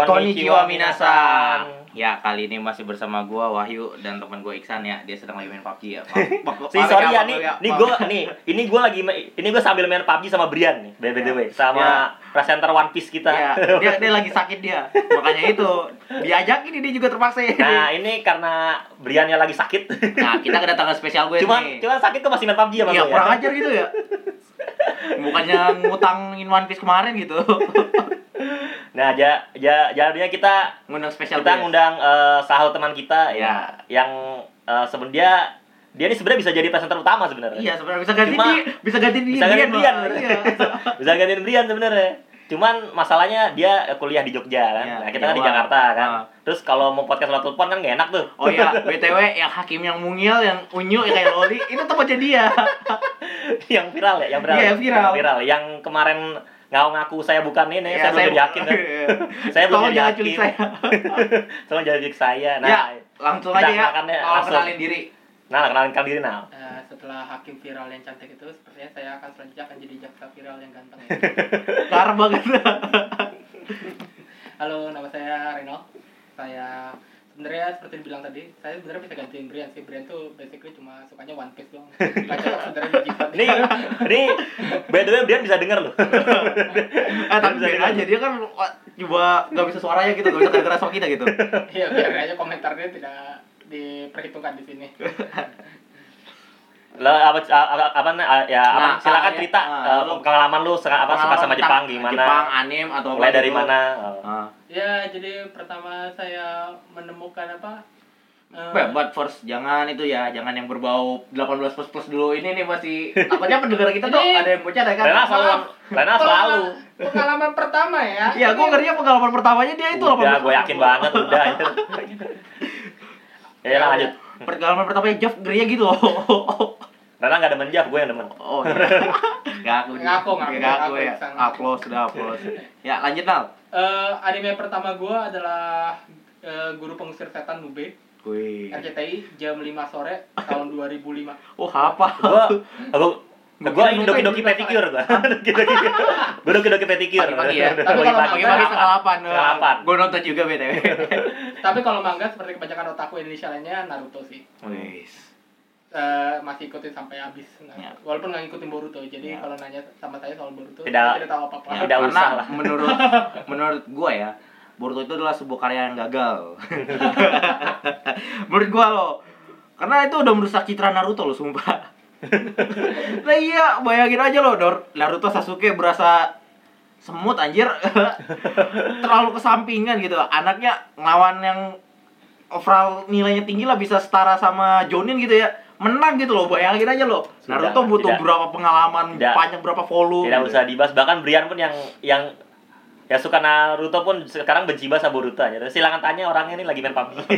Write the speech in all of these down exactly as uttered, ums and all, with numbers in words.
Konnichiwa minasan. Ya, kali ini masih bersama gua Wahyu dan teman gua Iksan ya. Dia sedang lagi main P U B G ya. Si sorry ya nih, nih gua nih, ini gua lagi ini gua sambil main P U B G sama Brian nih, by the way, sama ya. Presenter One Piece kita. Ya, dia dia lagi sakit dia. Makanya itu diajakin dia juga terpaksa. Nah, ini karena Briannya lagi sakit. Nah, kita kedatangan spesial gue cuman, nih. Cuman sakit kok masih main P U B G ya, Bang. Iya, kurang ajar gitu ya. Bukannya ngutangin One Piece kemarin gitu. Nah, ja, ja, jadinya kita ngundang spesial kita ngundang uh, salah satu teman kita ya, ya yang uh, sebenarnya dia ini sebenarnya bisa jadi presenter utama sebenarnya. Iya, sebenarnya bisa ganti dia, bisa ganti dia. Bisa ganti Brian. Iya. Bisa ganti Brian sebenarnya. Cuman masalahnya dia kuliah di Jogja kan. Ya, nah, kita ya, kan di Jakarta kan. Uh. Terus kalau mau podcast lewat telepon kan enggak enak tuh. Oh iya, B T W yang Hakim yang mungil, yang unyu yang kayak Loli, itu tempatnya dia. Yang viral ya, yang viral. Iya, viral. Yang viral. Yang kemarin ngaku-ngaku saya bukan ini, ya, saya belum jadi hakim kan. Saya belum jadi hakim. Tolong jangan culik saya. Nah, ya, langsung aja ya. Tolong kenalin diri. Nah, kenalin diri nah. Uh, setelah hakim viral yang cantik itu, sepertinya saya akan selanjutnya akan jadi jaksa viral yang ganteng ya. Garang banget. Halo, nama saya Reno. Saya sebenarnya seperti dibilang tadi, saya sebenarnya bisa gantiin Brian sih. Brian tuh basically cuma sukanya One Piece doang. Baca sebenarnya begitu. Ini ini by the way Brian bisa denger loh. Eh tapi biar aja dia kan coba enggak bisa suaranya gitu, enggak bisa kedengeran suara kita gitu. Iya, biar aja komentarnya tidak diperhitungkan di sini. Lah apa apa, apa ya nah, apa silakan ya, cerita uh, uh, pengalaman lu suka apa suka sama Jepang gimana? Jepang, anime atau mulai dari gitu. Mana? Oh. Uh. Ya, jadi pertama saya menemukan apa? Uh, but first jangan itu ya, jangan yang berbau delapan belas plus plus dulu. Ini nih masih takutnya pendengar kita tuh ada yang bocah kan. Lena selalu Lena selalu. Pengalaman pertama ya. Iya, gua ngerinya pengalaman pertamanya dia itu delapan belas. Udah, gua yakin banget udah itu. Ya, lanjut. Pengalaman pertamanya Jeff ngerinya gitu loh. Karena nggak demen Jeff, gue yang demen. Oh iya. Ngaku ngaku ngaku ngaku ya. Upload sudah upload. Ya, lanjut Nal. Uh, anime pertama gue adalah uh, Guru Pengusir Setan Nube. Wih. R C T I jam lima sore tahun dua ribu lima. Oh, apa? Gua aku gua doki doki peticure gua. Doki doki. Gua doki doki peticure. Pagi ya. Tapi kalau pagi-pagi setengah delapan. delapan. Gua nonton juga B T W. Tapi kalau manga seperti kebanyakan otaku Indonesia lainnya Naruto sih. Wis. Uh, masih ikutin sampai habis. Nah, ya. Walaupun nggak ngikutin Boruto, jadi ya. Kalau nanya sama saya soal Boruto, tidak, saya tidak tahu apa-apa. Ya, tidak usah lah. Menurut menurut gua ya, Boruto itu adalah sebuah karya yang gagal. Menurut gua loh. Karena itu udah merusak citra Naruto loh, sumpah. Nah iya, bayangin aja loh, Naruto Sasuke berasa semut anjir. Terlalu kesampingan gitu. Anaknya ngelawan yang overall nilainya tinggi lah, bisa setara sama Jonin gitu ya. Menang gitu loh, bayangin aja loh. Sudah, Naruto butuh tidak, berapa pengalaman, tidak, panjang berapa volume. Tidak gitu. Usah dibahas, bahkan Brian pun yang yang ya suka Naruto pun sekarang benci banget sama Boruto aja. Silakan tanya orangnya ini lagi main P U B G.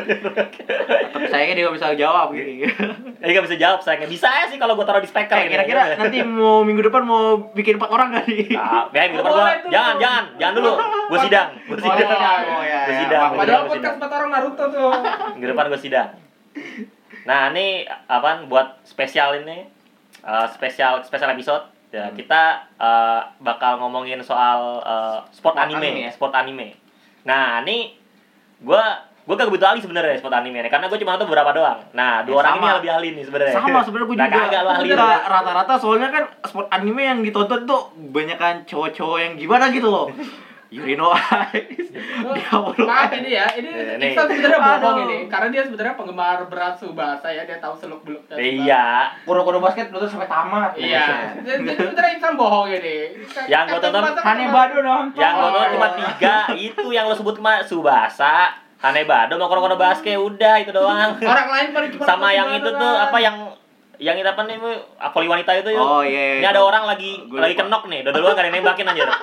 Tapi sayangnya dia gak bisa jawab gitu. Dia gak bisa jawab sayangnya. Bisa aja sih kalau gue taruh di speaker. Eh, kira-kira nanti mau minggu depan mau bikin empat orang gak nih? Nah, ya minggu depan gua jangan jangan jangan dulu. Gue sidang. Gue sidang. Oh, ya, gue sidang. Padahal podcast empat orang Naruto tuh. Minggu depan gue sidang. Nah, ini apaan buat spesial ini? Uh, spesial spesial episode. Ya, hmm. kita uh, bakal ngomongin soal uh, sport, sport anime, anime ya? sport anime. Nah, ini gua gua kagak butuh ahli sebenarnya sport anime nih, karena gua cuma nonton beberapa doang. Nah, dua ya, orang sama. Ini yang lebih ahli nih sebenarnya. Sama sebenarnya gua juga. Kagak ahli. Rata-rata soalnya kan sport anime yang ditonton tuh banyakan cowok-cowok yang gimana gitu loh. Yurino Ice. Maaf ini ya, ini Iksan sebenarnya bohong ini, karena dia sebenarnya penggemar berat Tsubasa ya, dia tahu seluk-beluk. Iya. Kuro-kuro basket nonton sampai tamat. Iya. Jadi sebenarnya Iksan bohong ini. Yang gua tonton Hanebado nonton. Yang gua tonton cuma tiga, itu yang lo sebut cuma Tsubasa, Hanebado, mau kuro-kuro basket udah itu doang. Orang lain paling cuma sama yang itu tuh apa yang yang itu apa nih, voli wanita itu yuk. Oh iya. Ini ada orang lagi gua lagi kenok nih. Dua-dua enggak ada yang nembakin anjir.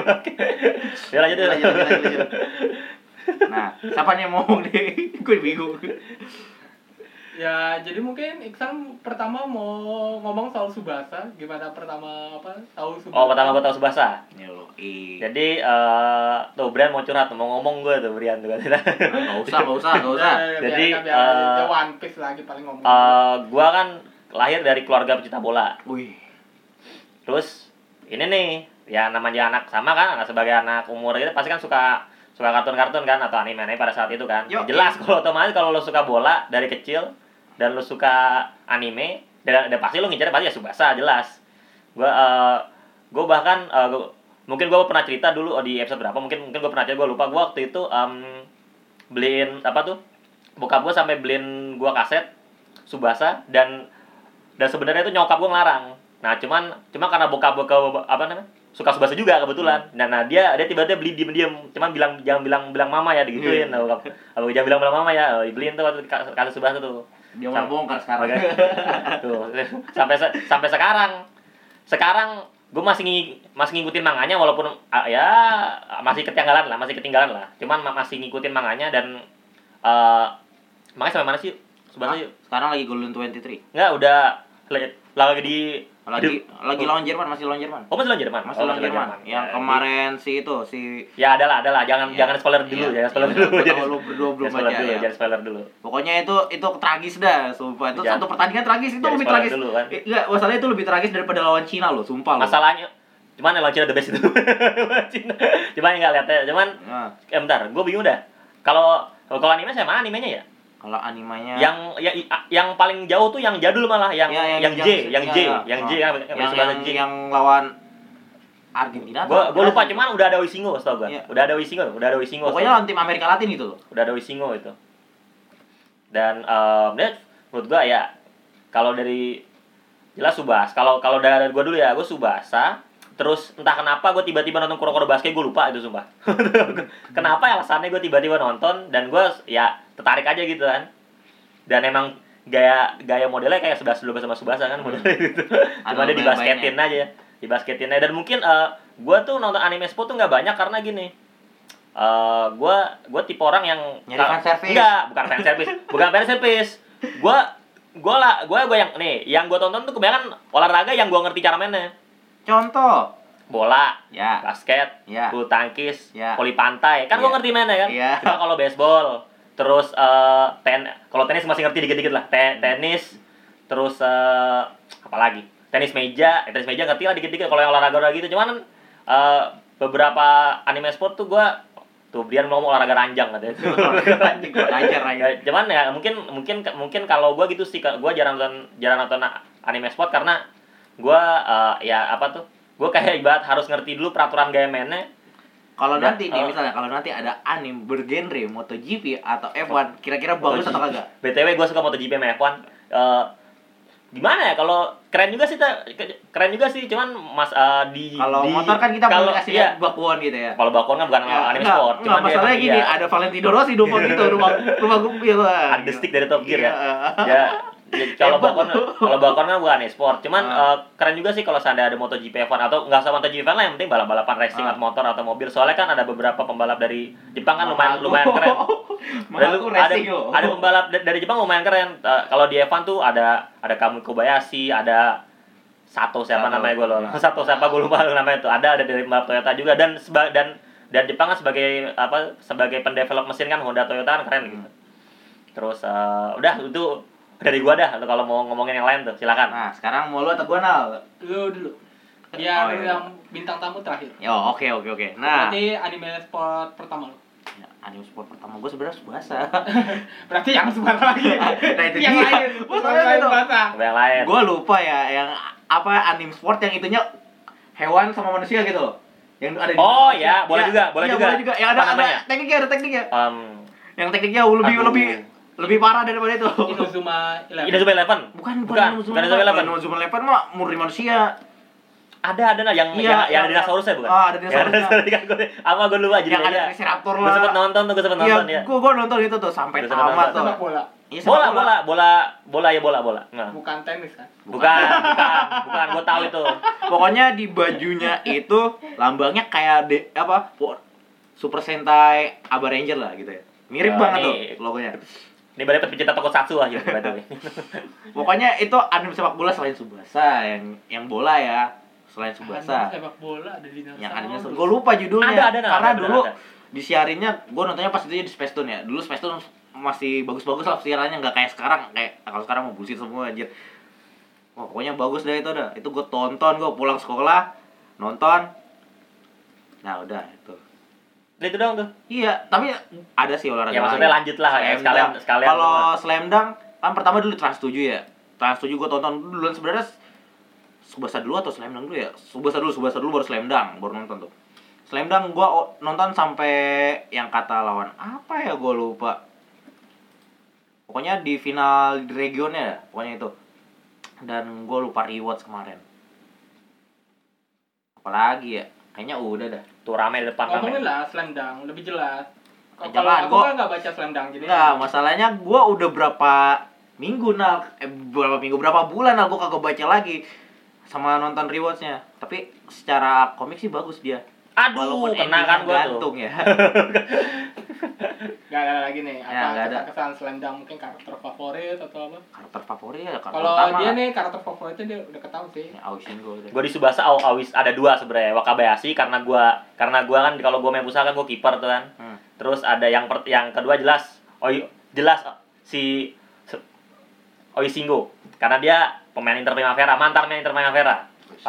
Ya lanjut dulu. Lanjut, lanjut, lanjut. Nah, siapa nih yang mau nih? Gue bingung. Ya, jadi mungkin Iksan pertama mau ngomong soal Tsubasa. Gimana pertama apa? Tahu Tsubasa? Oh, pertama gua tahu Tsubasa. Yoi. Jadi eh uh, tuh Brian mau curhat, mau ngomong gue tuh Brian tuh kan. Enggak usah, enggak usah, enggak usah. Jadi eh uh, One Piece lagi paling ngomong. Eh uh, gua kan lahir dari keluarga pecinta bola. Wih. Terus ini nih, ya namanya anak sama kan, anak sebagai anak umur itu pasti kan suka suka kartun-kartun kan atau anime-anime pada saat itu kan. Yo, Jelas kalau otomatis kalau lo suka bola dari kecil dan lo suka anime dan, dan pasti lo ngincar pasti ya Tsubasa jelas. Gua uh, gua bahkan uh, gua, mungkin gua pernah cerita dulu di episode berapa mungkin mungkin gua pernah cerita gua lupa gua waktu itu um, beliin apa tuh? Bokap gua sampai beliin gua kaset Tsubasa dan dan sebenarnya itu nyokap gua ngelarang. Nah, cuman cuma karena bokap gua ke apa namanya? Suka Tsubasa juga kebetulan. Hmm. Nah, nah dia dia tiba-tiba beli diem-diem, cuman bilang jangan bilang bilang mama ya digituin. Hmm. Bokap, abang jangan bilang bilang mama ya, beliin tuh waktu kaset Tsubasa tuh. Dia mau bongkar sekarang. Tuh, sampai sampai sekarang. Sekarang gue masih ng- masih ngikutin manganya walaupun uh, ya masih ketinggalan lah, masih ketinggalan lah. Cuman masih ngikutin manganya dan uh, makanya sampai mana sih? Tsubasa yuk. Sekarang lagi Golden dua puluh tiga. Enggak, udah lagi di lagi di, lagi lawan Jerman, masih lawan Jerman. Oh, masih lawan Jerman. Masih oh, lawan Jerman. Jerman. Yang ya, kemarin ya. si itu si Ya, adalah, adalah. Jangan ya. jangan spoiler dulu, ya. jangan spoiler ya, dulu. Jangan lu berdua belum spoiler aja dulu, ya. Jangan spoiler dulu. Pokoknya itu itu tragis dah, sumpah. Itu jangan, satu pertandingan tragis itu lebih tragis. Dulu, kan? Enggak, masalahnya itu lebih tragis daripada lawan Cina loh, sumpah loh. Masalahnya cuman lawan Cina the best itu. Cina. Cuman enggak lihat ya. Cuman nah. eh bentar, gue bingung dah. Kalau kalau anime saya mana animenya ya? Kalau animenya yang yang yang paling jauh tuh yang jadul malah yang ya, yang, yang, yang J, yang J, ya, yang J oh. yang yang, yang, J. yang lawan Argentina. Gua gua lupa cuman udah ada Wisingo setahu gua. Ya. Udah ada Wisingo, udah ada Wisingo. Pokoknya lawan tim Amerika Latin gitu loh. Udah ada Wisingo itu. Dan um, dan menurut gua ya kalau dari jelas Tsubasa. Kalau kalau dari gua dulu ya, gua Tsubasa. Terus entah kenapa gue tiba-tiba nonton Kuroko no Basket, gue lupa itu sumpah. Kenapa alasannya gue tiba-tiba nonton dan gue ya tertarik aja gitu kan. Dan emang gaya gaya modelnya kayak sebelas dua belas sama Tsubasa kan modelnya gitu. Cuma dia dibasketin aja, dibasketin aja. Dan mungkin uh, gue tuh nonton anime sport tuh nggak banyak karena gini. Uh, gue gue tipe orang yang nyari fan service. Enggak, bukan fan service, bukan fan service. Gue gue lah, gue gue yang nih, yang gue tonton tuh kebanyakan olahraga yang gue ngerti cara mainnya. Contoh bola, ya. basket, ya. bulu tangkis, ya. voli pantai. Kan ya. Gue ngerti mainnya kan. Ya. Cuma kalau baseball, terus uh, ten, kalau tenis masih ngerti dikit-dikit lah. Ten, tenis, terus uh, apa lagi? Tenis meja, eh, tenis meja ngerti lah dikit-dikit. Kalau yang olahraga gitu, cuman uh, beberapa anime sport tuh gue tuh Brian ngomong olahraga ranjang katanya. Ranjang, ranjang. Cuman ya mungkin mungkin mungkin kalau gue gitu sih, gue jarang nonton jarang nonton anime sport karena gue uh, ya apa tuh? Gue kayak ibarat harus ngerti dulu peraturan gaya mainnya. Kalau nanti nih uh, misalnya kalau nanti ada anime bergenre MotoGP atau F satu, kira-kira bagus atau kagak? B T W gue suka MotoGP sama F satu. Uh, gimana ya kalau keren juga sih ta, keren juga sih cuman mas uh, di kalau di, motor kan kita kalau, boleh kasih iya, bakuan gitu ya. Kalau bakuan kan bukan ya, anime enggak, sport. Cuma masalahnya gini, iya. ada Valentino Rossi dua gitu rumah rumah gue gitu. Ada the stick dari Top Gear iya. ya. Ya kalau bakon kalau bakon kan bukan e-sport. Cuman uh. uh, keren juga sih kalau seandainya ada MotoGP F satu atau enggak usah MotoGP F satu lah, yang penting balap-balapan racing uh. atau motor atau mobil. Soalnya kan ada beberapa pembalap dari Jepang kan lumayan Mahaku. lumayan keren. Mahaku ada loh. ada pembalap dari Jepang lumayan keren. Uh, kalau di F satu tuh ada ada Kamui Kobayashi, ada Sato siapa Sato. namanya gue loh. Sato siapa gue lupa namanya itu. Ada ada dari pembalap Toyota juga dan seba, dan dan Jepang kan sebagai apa sebagai pendevelop mesin kan Honda Toyota kan keren gitu. Terus uh, udah itu dari gua dah, atau kalau mau ngomongin yang lain tuh, silakan. Nah, sekarang mau lu atau gua Nal? Lu dulu. Ya, oh, lu iya. yang bintang tamu terakhir. Yo, oke okay, oke okay, oke. Okay. Nah, berarti anime sport pertama lu. Ya, anime sport pertama gua sebenarnya Tsubasa. Berarti yang Tsubasa lagi. Nah, itu yang dia. lain. Tsubasa itu. Yang lain. Gua lupa ya yang apa anime sport yang itunya hewan sama manusia gitu loh. Yang ada di Oh ya, boleh ya, juga, boleh iya, juga. Boleh juga. Yang ada, ada tekniknya, ada tekniknya. Um, yang tekniknya lebih aduh. lebih lebih parah daripada itu. Inazuma Eleven. Inazuma Eleven. Bukan, bukan. Bukan Inazuma Eleven. Inazuma Eleven mah murni manusia. Ada ada lah yang iya, yang, yang ada dinosaurusnya bukan? Ah, ada dinosaurusnya. Ya, kan apa gue lupa jadi yang ada Triceratops lah. Gue sempet nonton tuh, gue sempet nonton ya. Gue gue nonton itu tuh sampai tamat tuh. Sepak bola. Iya, bola, bola, bola, bola ya bola, bola. Nah. Bukan tenis kan? Bukan, bukan, bukan. Gue tahu itu. Pokoknya di bajunya itu lambangnya kayak de, apa? Super Sentai Aba Ranger lah gitu ya. Mirip oh, banget nih. tuh logonya. Ini berarti pecinta tokusatsu lah ya, by the way. Pokoknya itu anime sepak bola selain Tsubasa yang yang bola ya. Selain Tsubasa. Anime sepak bola ada di Yang anime gue lupa judulnya. Ada, ada, karena ada, dulu ada. disiarinnya gue nontonnya pas itu di Space Tune ya. Dulu Space Tune masih bagus-bagus lah siarannya, nggak kayak sekarang. Kayak kalau sekarang mau bullshit semua anjir. Wah, pokoknya bagus deh itu dah. Itu gue tonton, gue pulang sekolah nonton. Nah, udah itu. Itu doang tuh. Iya, tapi ada sih olahraga Ya maksudnya lain. lanjut lah ya, Slam sekalian dunk. sekalian. Kalau slam dunk kan pertama dulu Trans tujuh ya. Trans tujuh gue tonton duluan sebenarnya Subasa dulu atau slam dunk dulu ya? Subasa dulu, Subasa dulu baru slam dunk, baru nonton tuh. Slam dunk gue nonton sampai yang kata lawan apa ya gue lupa. Pokoknya di final di regionnya ya, pokoknya itu. Dan gue lupa rewards kemarin. Apalagi ya? Kayaknya udah dah. Tuh rame di depan rame. Ngomongin lah slam dunk lebih jelas. Eh, Kalau jangan, aku gua- kan nggak baca slam dunk jadi. Enggak, masalahnya gue udah berapa minggu nah, eh berapa minggu berapa bulan nah gue kagak baca lagi sama nonton rewardsnya. Tapi secara komik sih bagus dia. Aduh, Walaupun kena kan endingnya gua tuh. gantung ya. Nggak ada lagi nih. Ya, Apa nggak ada. kesan slam dunk mungkin karakter favorit atau apa? Karakter favorit ya karakter Kalau utama. dia nih karakter favoritnya dia udah ketahuan sih. Ya, Aoshin gue udah. Gue di Subasa aw, awis ada dua sebenarnya. Wakabayashi karena gua karena gua kan kalau gua main pusat kan gua kiper tuh kan. Hmm. Terus ada yang per, yang kedua jelas oh jelas si se- Oishingo karena dia pemain Inter Primavera, mantan pemain Inter Primavera.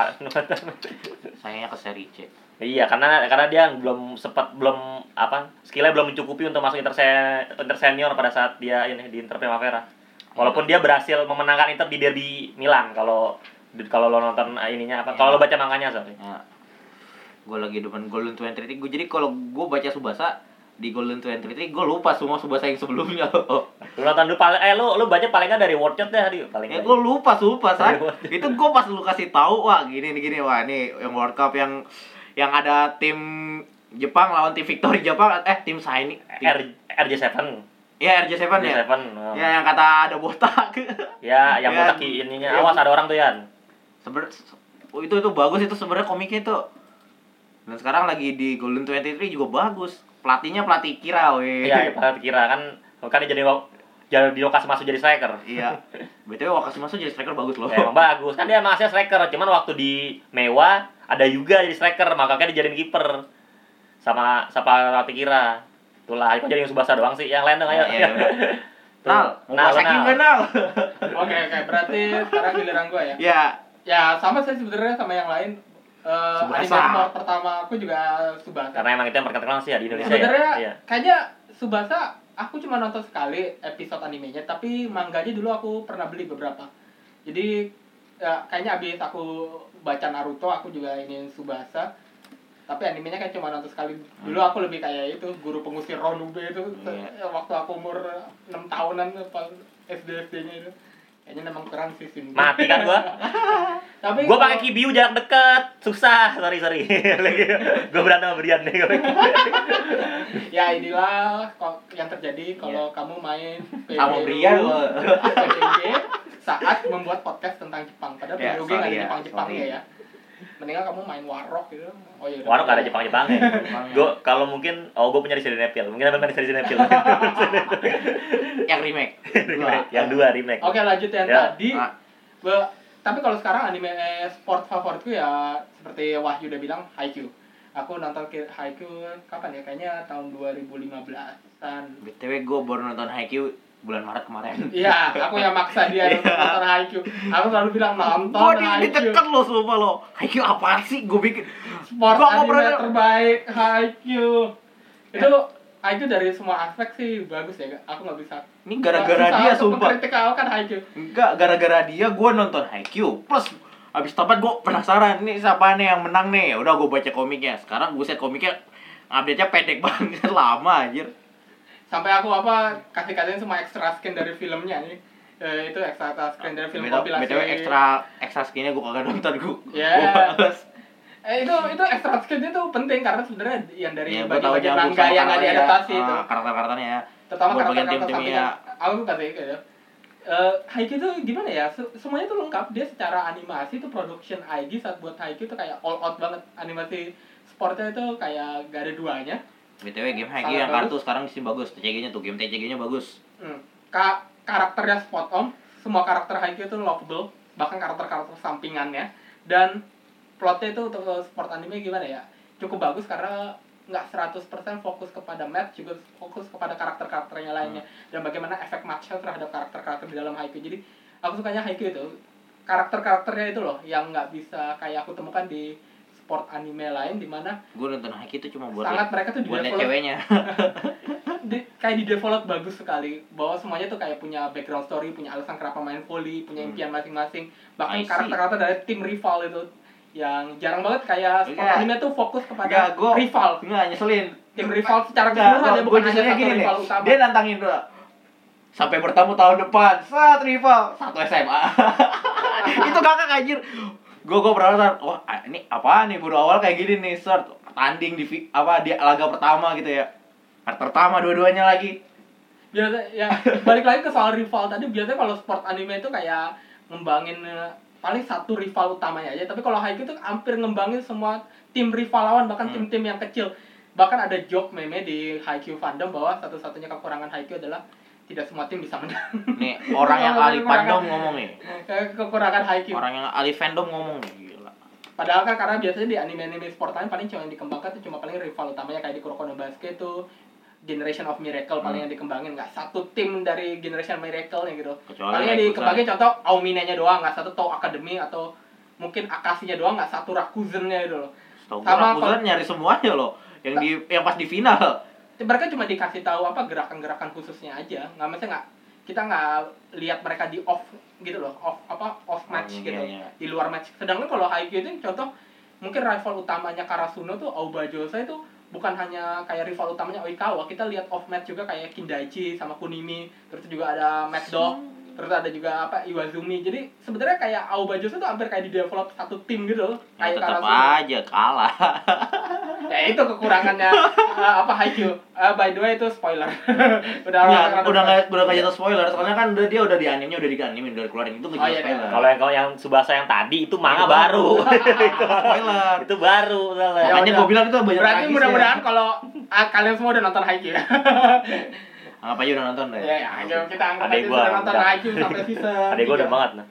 Sayangnya ke seri C. Iya, karena karena dia belum sempat belum apa skillnya belum mencukupi untuk masuk Inter, se- Inter senior pada saat dia ini di Inter Primavera. Walaupun dia berhasil memenangkan Inter di derby Milan kalau kalau lo nonton ininya apa kalau lo baca manganya sorry. Ya. Gue lagi demen Golden dua puluh tiga. Gue jadi kalau gue baca Subasa di Golden dua puluh tiga gue lupa semua Subasa yang sebelumnya. Lu nonton dulu paling eh lu lu baca paling nggak dari World Cup deh di paling. Ya nggak. gue lupa sumpah say. Itu gue pas lu kasih tahu wah gini nih gini wah ini yang World Cup yang yang ada tim Jepang lawan tim Victory Jepang eh tim Saini tim, R R J tujuh. ya R J tujuh ya. R J tujuh. Oh. Ya yang kata ada botak. Ya, yang Ya, botak ininya. ya. Awas ada orang tuh Yan. Sebenarnya oh, itu itu bagus itu sebenarnya komiknya itu. Dan sekarang lagi di Golden dua puluh tiga juga bagus. Pelatihnya pelatih Kira weh. Iya, ya, kira kan kan dia jadi jadi di lokasi masuk jadi striker. Iya. B T W Wakashimasu jadi striker bagus loh. Ya, emang bagus. Kan dia masih striker, cuman waktu di Mewah ada juga jadi striker, makanya dijadiin kiper. Sama sama pelatih Kira. Itulah, kok jadi yang Subasa doang sih. Yang lain dong ayo. Iya, iya. Nal, mau Nal, masakin Nal. nggak Nal? Oke oke berarti sekarang giliran gua ya. Ya, Ya sama sih sebenarnya sama yang lain. Eh Tsubasa. anime sport pertama aku juga Tsubasa. Karena emang itu yang terkenal sih ya di Indonesia Sebenarnya ya. Iya. kayaknya Tsubasa aku cuma nonton sekali episode animenya, tapi manganya dulu aku pernah beli beberapa. Jadi ya, kayaknya abis aku baca Naruto aku juga ini Tsubasa. Tapi animenya kayak cuma nonton sekali. Dulu aku lebih kayak itu guru pengusir Ronube itu Iya. waktu aku umur enam tahunan pas S D S D-nya itu. Kayaknya memang kurang sih sini. Mati kan gua. Tapi Gua kalau- pakai Kibiu jarak dekat, susah. Sorry sorry. Lagi gua berantem sama Brian nih. Ya inilah kok yang terjadi kalau kamu main sama Brian lo. P B G saat membuat podcast tentang Jepang. Padahal Ya, P B G nggak sorry ada ya, Jepang-Jepangnya sorry. ya. Mendingan kamu main Warrock gitu. Oh iya. Warung gak ada Jepang-Jepang ya. Jepangnya. Gua kalau mungkin oh gua punya di Resident Evil. Mungkin abang main di Resident Evil. Yang remake. Remake. Yang dua remake. Oke lanjut yang Ya. tadi. Ah. Be- tapi kalau sekarang anime eh, sport favoritku ya seperti Wahyu udah bilang Haikyuu. Aku nonton ke- Haikyuu kapan ya? Kayaknya tahun dua ribu lima belasan. B T W gue baru nonton Haikyuu bulan Maret kemarin. Iya, aku yang maksa dia untuk nonton Haikyuu. Aku selalu bilang nonton Gue di, di Haikyuu. deket lo sumpah lo. Haikyuu apaan sih? Gue bikin Sport Gua nggak anime pernah- terbaik Haikyuu. Itu Haikyuu dari semua aspek sih bagus ya. Aku nggak bisa. Ini gara-gara Susah dia untuk sumpah. mengkritik kan Haikyuu. Enggak, gara-gara dia gue nonton Haikyuu. Plus abis tamat gue penasaran nih siapa nih yang menang nih. Udah gue baca komiknya. Sekarang gue set komiknya update-nya pendek banget, lama anjir. Sampai aku apa kasih-kasihin semua extra skin dari filmnya nih. Eh, itu extra skin dari film B T W kompilasi. ekstra ekstra skinnya gue kagak nonton gue. Ya. Gue males. Eh itu itu extra skin itu penting karena sebenarnya yang dari Ya, gue tahu bagi-bagi jangan manga yang nggak diadaptasi itu. Karakter-karakternya ya. Terutama buat bagian karakter-karakter tim-timnya. sampingan. Aku suka sih gitu. Eh Haikyuu itu gimana ya? Se- Semuanya tuh lengkap. Dia secara animasi tuh production I G saat buat Haikyuu tuh kayak all out banget. Animasi sportnya itu kayak gak ada duanya. B T W game Haikyuu Sangat yang bagus. kartu sekarang sih bagus. T C G-nya tuh game T C G-nya bagus. Hmm. Ka karakternya spot on. Semua karakter Haikyuu itu lovable. Bahkan karakter-karakter sampingannya. Dan plotnya itu untuk sport anime gimana ya? Cukup bagus karena nggak seratus persen fokus kepada match, juga fokus kepada karakter-karakternya lainnya. Dan bagaimana efek match terhadap karakter-karakter di dalam Haikyuu. Jadi aku sukanya Haikyuu itu. Karakter-karakternya itu loh yang nggak bisa kayak aku temukan di sport anime lain di mana Gue nonton Haikyuu itu cuma buat sangat mereka tuh di buat liat develop ceweknya. di, kayak di develop bagus sekali, bahwa semuanya tuh kayak punya background story, punya alasan kenapa main volley, punya Hmm. impian masing-masing, bahkan I see. karakter-karakter dari tim rival itu yang jarang banget kayak sport Enggak. anime tuh fokus kepada Enggak, gua- rival, Enggak nyeselin. tim rival secara Enggak, keseluruhan ya, gua bukan hanya nyeselinnya satu gini nih. rival utama. Dia nantangin dulu. Sampai bertemu tahun depan, saat rival satu S M A. Itu kakak anjir. Gue gue pernah wah ini apaan nih, baru awal kayak gini nih, start tanding di vi- apa di laga pertama gitu ya. Part pertama dua-duanya lagi. Biasa ya, balik lagi ke soal rival tadi, biasanya kalau sport anime itu kayak ngembangin eh, paling satu rival utamanya aja, tapi kalau Haikyuu itu hampir ngembangin semua tim rival lawan, bahkan Hmm. tim-tim yang kecil. Bahkan ada joke meme di Haikyuu fandom bahwa satu-satunya kekurangan Haikyuu adalah tidak semua tim bisa menang. Nih, orang yang ahli fandom ngomong nih. Kayak kekurangan Haikyuu. Orang yang ahli fandom ngomong nih, gila. Padahal kan karena biasanya di anime-anime sport lain paling cuma yang dikembangkan tuh cuma paling rival utamanya, kayak di Kuroko no Basket tuh Generation of Miracle paling Hmm. yang dikembangin, nggak satu tim dari Generation Miracle nya gitu. Kecuali Paling yang Yakuza. dikembangin contoh Aomine-nya doang, nggak satu Tou Academy atau mungkin Akashi-nya doang, nggak satu Rakuzen-nya gitu loh. Tahu Sama gua Rakuzen nyari semuanya loh. Yang di yang pas di final. Mereka cuma dikasih tahu apa gerakan-gerakan khususnya aja, nggak maksudnya nggak kita nggak lihat mereka di off gitu loh, off apa off match Oh, iya, gitu, iya. di luar match. Sedangkan kalau Haikyuu itu contoh mungkin rival utamanya Karasuno tuh Aobajosa itu bukan hanya kayak rival utamanya Oikawa, kita lihat off match juga kayak Kindaichi sama Kunimi, terus juga ada Mad Dog, terus ada juga apa Iwazumi. Jadi sebenarnya kayak Aobajosa tuh hampir kayak di develop satu tim gitu loh, Ya, kayak tetap Karasuno. aja kalah. Ya itu kekurangannya uh, apa Haikyuu. Uh, by the way itu spoiler. udah Ya, udah nggak udah nggak jatuh spoiler, soalnya kan udah dia udah di animenya udah di animenya udah dikeluarin itu nggak Oh, jatuh iya, spoiler. Kalau yang kalau yang Tsubasa yang tadi itu manga Itu baru. itu spoiler. Itu baru soalnya. Ya Makanya udah. gue bilang itu banyak Berarti tragisnya. mudah-mudahan kalau ah, kalian semua udah nonton Haikyuu ya. Anggap aja udah nonton deh. Ya, ya, ayo kita anggap Adek aja gua sudah nonton udah. Haikyuu sampai season. Adek gue udah tiga. banget nah.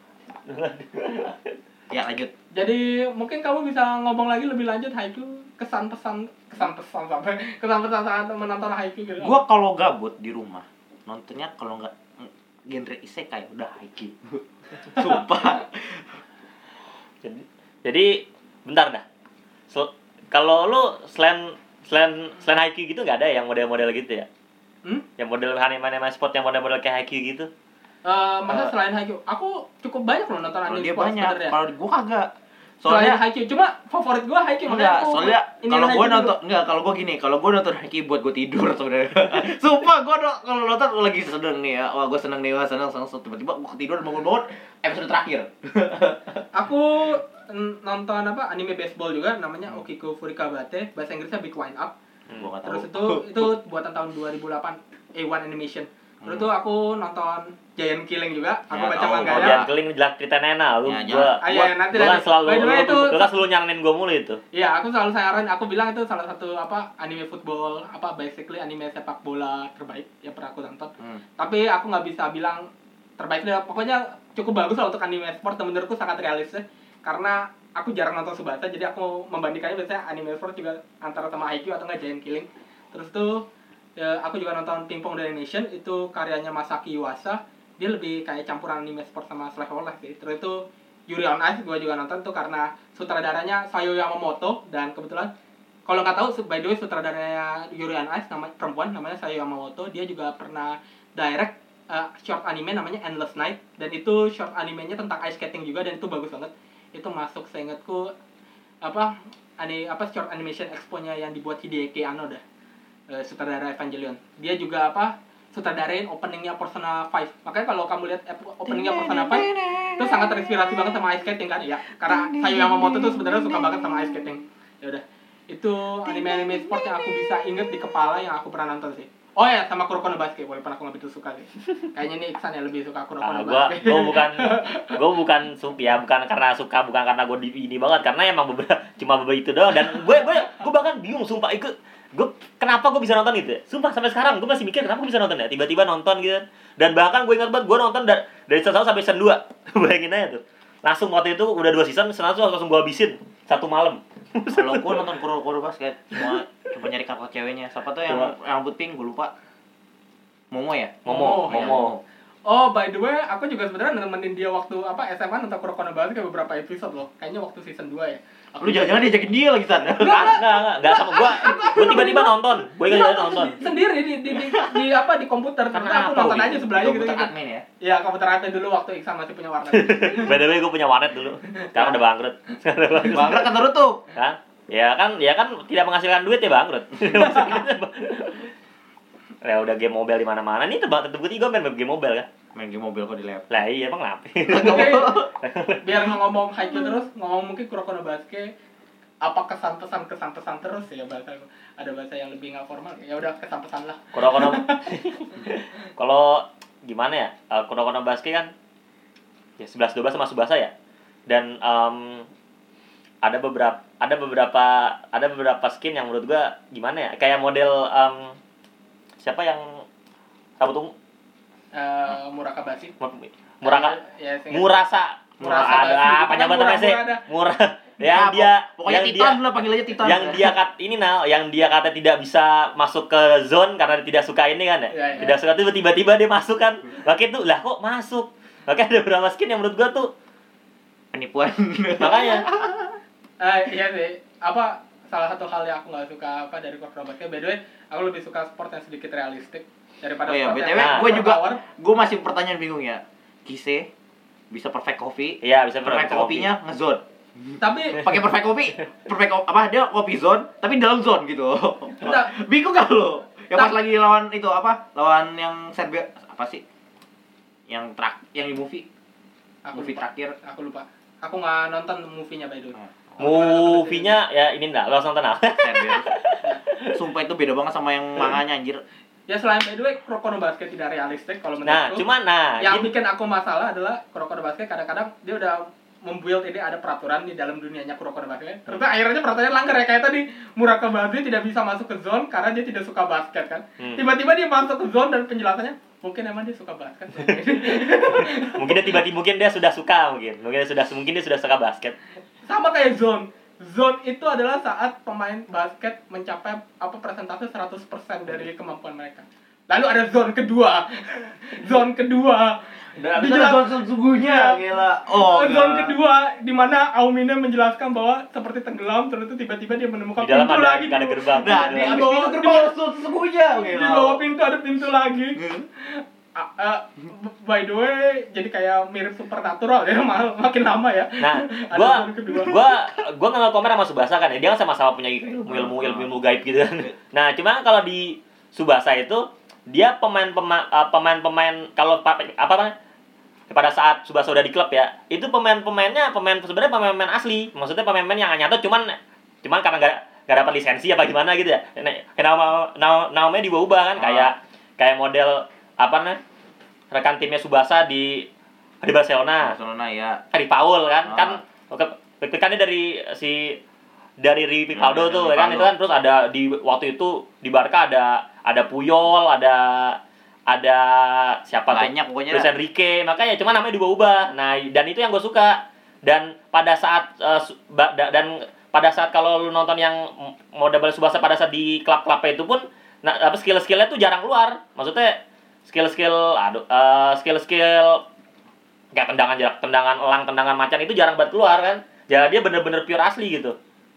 Ya lanjut. Jadi mungkin kamu bisa ngomong lagi lebih lanjut Haikyuu, kesan-pesan kesan-pesan sampai kesan-pesan saat menonton Haikyuu gitu. Gua kalau gabut di rumah nontonnya kalau nggak mm, genre isekai udah Haikyuu. Sumpah. Jadi, jadi bentar dah. So, kalau lu selain selain selain Haikyuu gitu nggak ada yang model-model gitu ya? Hmm? Yang model anime-anime sport yang model-model kayak Haikyuu gitu? Eh, masa Eh. selain Haikyuu, aku cukup banyak loh nonton Kalau anime dia sport banyak, sebenarnya. kalau gua kagak. Selain Soalnya Haikyuu, cuma favorit gua Haikyuu. makanya enggak, aku soalnya ini kalau gua Haikyuu nonton dulu. enggak, kalau gua gini, kalau gua nonton Haikyuu buat gua tidur sebenarnya. Sumpah gua do- kalau nonton lagi sedang nih ya. Wah, gua seneng nih, wah seneng seneng seneng. tiba-tiba gua ketidur bangun-bangun episode terakhir. Aku n- nonton apa anime baseball juga namanya Okiku Furikabate, bahasa Inggrisnya Big Wind Up. Hmm. Gua nggak tahu. Terus itu itu buatan tahun dua ribu delapan A one Animation. Terus Hmm. itu aku nonton Giant Killing juga. Aku Ya, baca tahu. Oh, manganya. jangan keling jelas cerita Nena lu. Ya, gua Ah, gua, iya, nanti- gua kan nanti. selalu By the way, lu, itu- lu kan selalu nyaranin gua mulu itu. Iya, aku selalu saran, aku bilang itu salah satu apa anime football, apa basically anime sepak bola terbaik yang pernah aku tonton. Hmm. Tapi aku nggak bisa bilang terbaik deh. Pokoknya cukup bagus lah untuk anime sport dan menurutku sangat realistis. Karena aku jarang nonton Tsubasa, jadi aku membandingkannya biasanya anime sport juga antara sama Haikyuu atau nggak Giant Killing. Terus tuh ya, aku juga nonton Ping-Pong The Animation, itu karyanya Masaki Yuasa. Dia lebih kayak campuran anime sport sama slice of life sih. Terus itu Yuri on Ice gue juga nonton tuh karena sutradaranya Sayo Yamamoto, dan kebetulan kalau nggak tahu by the way sutradaranya Yuri on Ice nama perempuan namanya Sayo Yamamoto. Dia juga pernah direct uh, short anime namanya Endless Night, dan itu short animenya tentang ice skating juga, dan itu bagus banget. Itu masuk seingatku apa ani apa short animation expo-nya yang dibuat Hideaki Anno dah. Uh, sutradara Evangelion. Dia juga apa sutradarain openingnya Persona lima. Makanya kalau kamu lihat ep- openingnya Persona lima itu sangat terinspirasi banget sama ice skating kan ya. Karena Sayo Yamamoto tuh sebenarnya suka banget sama ice skating. Ya udah. Itu anime-anime sport yang aku bisa inget di kepala yang aku pernah nonton sih. Oh ya, sama Kuroko no Basket, walaupun aku nggak begitu suka sih. Kayaknya nih Iksan yang lebih suka Kuroko Ah, no gua Basket. gua bukan gua bukan suka ya, bukan karena suka, bukan karena gua di ini banget, karena emang beberapa cuma beberapa itu doang, dan gue gue gue bahkan bingung sumpah itu gue kenapa gue bisa nonton itu ya? Sumpah sampai sekarang gue masih mikir kenapa gue bisa nonton ya, tiba-tiba nonton gitu. Dan bahkan gue ingat banget gue nonton dari dari season satu sampai season dua. Bayangin aja tuh. Langsung waktu itu udah dua season, season satu langsung gue habisin satu malam. Kalau gua nonton Kuroko Basket cuma cuma nyari karakter ceweknya. Siapa tuh yang Coba. yang rambut pink gua lupa. Momo ya? Momo, Oh, iya. Momo. Oh, by the way, aku juga sebenarnya nemenin dia waktu apa S M A nonton Kuroko no Basuke beberapa episode loh. Kayaknya waktu season dua ya. Aku Lu jangan-jangan diajakin dia lagi sana. Enggak, enggak, enggak, enggak sama gua. Gua tiba-tiba nonton. Gua Iya, enggak aku nonton. sendiri di, di, di, di apa di komputer. Ternyata aku nonton aja sebelahnya gitu. Komputer gitu. admin ya. Iya, komputer admin dulu waktu Iksan masih punya warnet. By the way, gua punya warnet dulu. Sekarang udah bangkrut. Sekarang udah bangkrut. Bangkrut kan terus tuh. Hah? Ya kan, ya kan tidak menghasilkan duit ya bangkrut. Ya udah game mobile di mana-mana. Nih tebak terbukti gua main game mobile kan. Main game mobil kok di lab. Lah iya emang kenapa? Oke. Biar ngomong Haikyuu terus, ngomong mungkin Kuroko no Basuke apa kesan-pesan kesan-pesan terus ya bahasa ada bahasa yang lebih nggak formal ya udah kesan-pesan lah. Kuroko no kalau gimana ya? Uh, Kuroko no Basuke kan ya sebelas dua belas sama Tsubasa ya. Dan um, ada beberapa ada beberapa ada beberapa skin yang menurut gua gimana ya? Kayak model um, siapa yang rambut ungu? Uh, Murakabashi. Muraka ya, ya, Murasa. Murasa Ada Bashi. apa nyabatannya sih? Murada. Murah. Yang Ya, dia pokoknya yang Titan dia lah panggil aja Titan. yang dia kat ini nah, yang dia kata tidak bisa masuk ke zone karena tidak suka ini kan ya. Ya, ya. Tidak suka itu tiba-tiba dia masuk kan. Makanya tuh lah kok masuk. Makanya ada beberapa skin yang menurut gua tuh penipuan. makanya Uh, iya sih. Apa salah satu hal yang aku nggak suka apa dari Kuroko no Basuke. By the way, aku lebih suka sport yang sedikit realistik daripada Oh iya, sport B T W yang gue juga power. gue masih pertanyaan bingung ya. Kise bisa perfect coffee. iya bisa Perfect kopinya ngezone. Tapi Pakai perfect kopi, perfect ko- apa dia kopi zone tapi dalam zone gitu. Enggak. Bingung gak lo? Yang pas Tak- lagi lawan itu apa? Lawan yang Serbia apa sih? Yang trak yang di movie. aku Movie lupa. terakhir. Aku lupa. Aku nggak nonton movie-nya by the way. movie-nya ya ini enggak lo harus nonton apa? Serbia. Sumpah itu beda banget sama yang manganya anjir. Ya selain by the way Kuroko no Basuke tidak realistik kalau Nah, menurutku. cuman nah yang gini- bikin aku masalah adalah Kuroko no Basuke kadang-kadang dia udah membuild ini ada peraturan di dalam dunianya Kuroko no Basuke. Ternyata akhirnya peraturannya langgar ya kayak tadi Murakabashi tidak bisa masuk ke zone karena dia tidak suka basket kan. Hmm. Tiba-tiba dia masuk ke zone dan penjelasannya mungkin emang dia suka basket. mungkin dia tiba-tiba mungkin dia sudah suka mungkin. Mungkin dia sudah mungkin dia sudah suka basket. Sama kayak zone. Zone itu adalah saat pemain basket mencapai apa persentase seratus persen dari kemampuan mereka. Lalu ada zone kedua. Zone kedua. Dan abis itu Dijelas- ada zone sesungguhnya gila. Oh, zone enggak. kedua di mana Aomine menjelaskan bahwa seperti tenggelam terus itu tiba-tiba dia menemukan Di dalam pintu ada lagi. ada di- gerbang. Nah, Di di dalam- abis bawah- itu di gerbang bawah- zone sesungguhnya Di gila. bawah pintu ada pintu lagi. Hmm. Ah, ah, by the way, jadi kayak mirip supernatural ya, mal- makin lama ya. Nah, Ada gua zone kedua. gua gua nggak komen sama Tsubasa kan ya. Dia kan sama-sama punya ilmu ilmu ilmu, ilmu gaib gitu kan. Nah, cuma kalau di Tsubasa itu dia pemain pemain pemain-pemain kalau pa- apa namanya? Pada saat Tsubasa udah di klub ya, itu pemain-pemainnya pemain sebenarnya pemain-pemain asli. Maksudnya pemain-pemain yang nyata cuman cuman karena nggak nggak dapat lisensi apa gimana gitu ya. Nah, nama nama namanya diubah-ubah kan kayak kayak model apa namanya? Rekan timnya Tsubasa di di Barcelona. Barcelona ya. Dari Paul kan Ah. kan oke kan dia dari si dari Rivaldo Ya, tuh dari ya kan Rivaldo. itu kan terus ada di waktu itu di Barca ada ada Puyol ada ada siapa Banyak tuh pokoknya Luis dah. Enrique makanya cuma namanya diubah-ubah nah dan itu yang gue suka dan pada saat eh, su- ba- da- dan pada saat kalau lu nonton yang model Tsubasa pada saat di klub-klubnya itu pun nah apa skill-skillnya tuh jarang keluar maksudnya skill-skill aduh eh, skill-skill kayak tendangan jarak tendangan elang tendangan macan itu jarang banget keluar kan jadi dia bener-bener pure asli gitu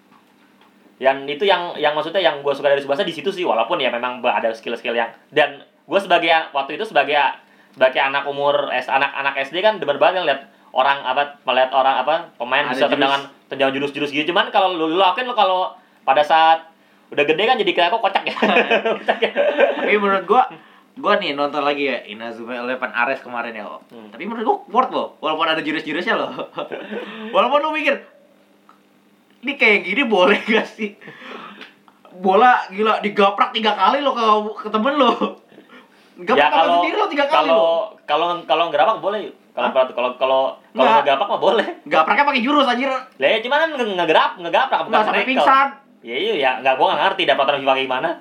yang itu yang yang maksudnya yang gue suka dari Tsubasa di situ sih walaupun ya memang ada skill-skill yang dan gue sebagai waktu itu sebagai sebagai anak umur S anak-anak S D kan demen banget lihat orang apa melihat orang apa pemain Ada bisa jurus. tendangan tendangan jurus-jurus gitu cuman kalau lu lu lakuin lu kalau pada saat udah gede kan jadi kayak kok kocak ya kocak ya Tapi menurut gua gua nih nonton lagi ya Inazuma Eleven Ares kemarin ya. Oh. Hmm. Tapi menurut gua worth loh, walaupun ada jurus-jurusnya loh. Walaupun lu mikir ini kayak gini boleh gak sih? Bola gila digaprak tiga kali lo ke, ke temen lo. Gaprak ya kamu kalau sendiri lo tiga kali kalau lo. kalau kalau ngerapak boleh yuk kalau Hah? kalau kalau kalau Nggak. ngerapak mah boleh Gapraknya pakai jurus anjir. lah ya cuman kan nge- ngegerap ngegaprak bukan Enggak sampai nekel. pingsan. ya iya ya nggak gua nggak ngerti dah peraturan FIFA kayak gimana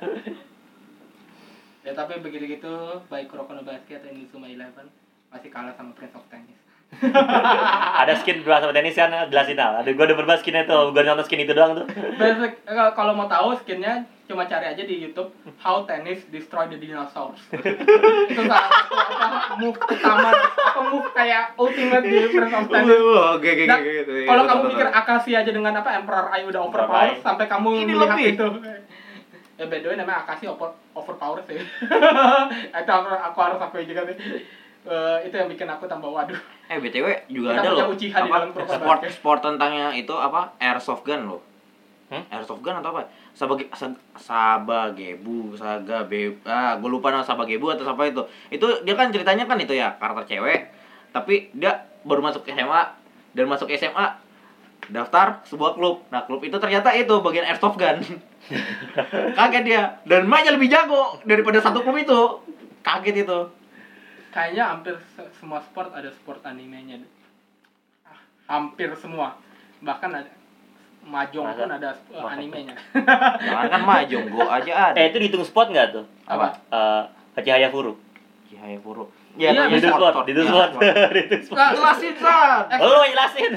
Ya tapi begitu gitu baik Kuroko no Basuke atau Inazuma Eleven masih kalah sama Prince of Tennis. Ada skin bola sama tenis kan, jelasin lah. Ada gue udah berubah skinnya tuh, gue nonton skin itu doang tuh. Basic, eh, kalau mau tahu skinnya cuma cari aja di YouTube How Tennis Destroy the Dinosaurs. Itu salah satu apa move utama, apa move kayak ultimate di Prince of Tennis. Wah, oke oke Nah, oke gitu. kalau kamu pikir Akashi aja dengan apa Emperor Ai udah Emperor overpower Ai. sampai kamu Ini melihat lebih. itu. Ya by the way namanya Akashi over overpower sih. Itu aku, aku harus akui juga sih. Eh, itu yang bikin aku tambah waduh. Eh B T W juga Kita ada punya loh. Uchiha di Apa dalam Pro sport Basket. sport tentangnya itu apa? Airsoft gun loh. Hmm? Airsoft gun atau apa? Sabage Sag- Sabagebu, Saga Be ah, gue lupa nama Sabagebu atau apa itu. Itu dia kan ceritanya kan itu ya, karakter cewek, tapi dia baru masuk S M A dan masuk S M A daftar sebuah klub. Nah, klub itu ternyata itu bagian airsoft gun. Kaget dia dan mainnya lebih jago daripada satu klub itu. Kaget itu. Kayaknya hampir se- semua sport ada sport animenya. Ah, hampir semua. Bahkan ada Mahjong Masa? pun ada uh, animenya. Jangan kan Mahjong, go aja ada. Eh itu dihitung sport nggak tuh? Apa? Eh Hachihaya Furu. Cihaya Puro. Iya, namanya Itu sport, itu sport. Itu sport. Nggak, Jelasin, San. Ex- Lo jelasin.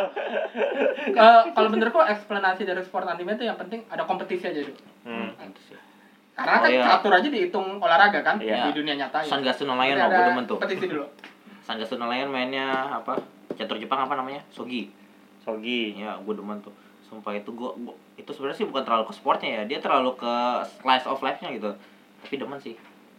eh, kalau menurutku eksplanasi dari sport anime itu yang penting ada kompetisi aja dulu. Hmm. Karena Oh, kan iya. catur aja dihitung olahraga kan Iya. di dunia nyata ya. Sangatsu no Lion Tapi loh, ada gue demen tuh. kompetisi dulu. Sangatsu no Lion mainnya apa? Catur Jepang apa namanya? Sogi. Sogi. Ya, gue demen tuh. Sumpah itu gue itu sebenarnya sih bukan terlalu ke sportnya ya, dia terlalu ke slice of life-nya gitu. Tapi demen sih.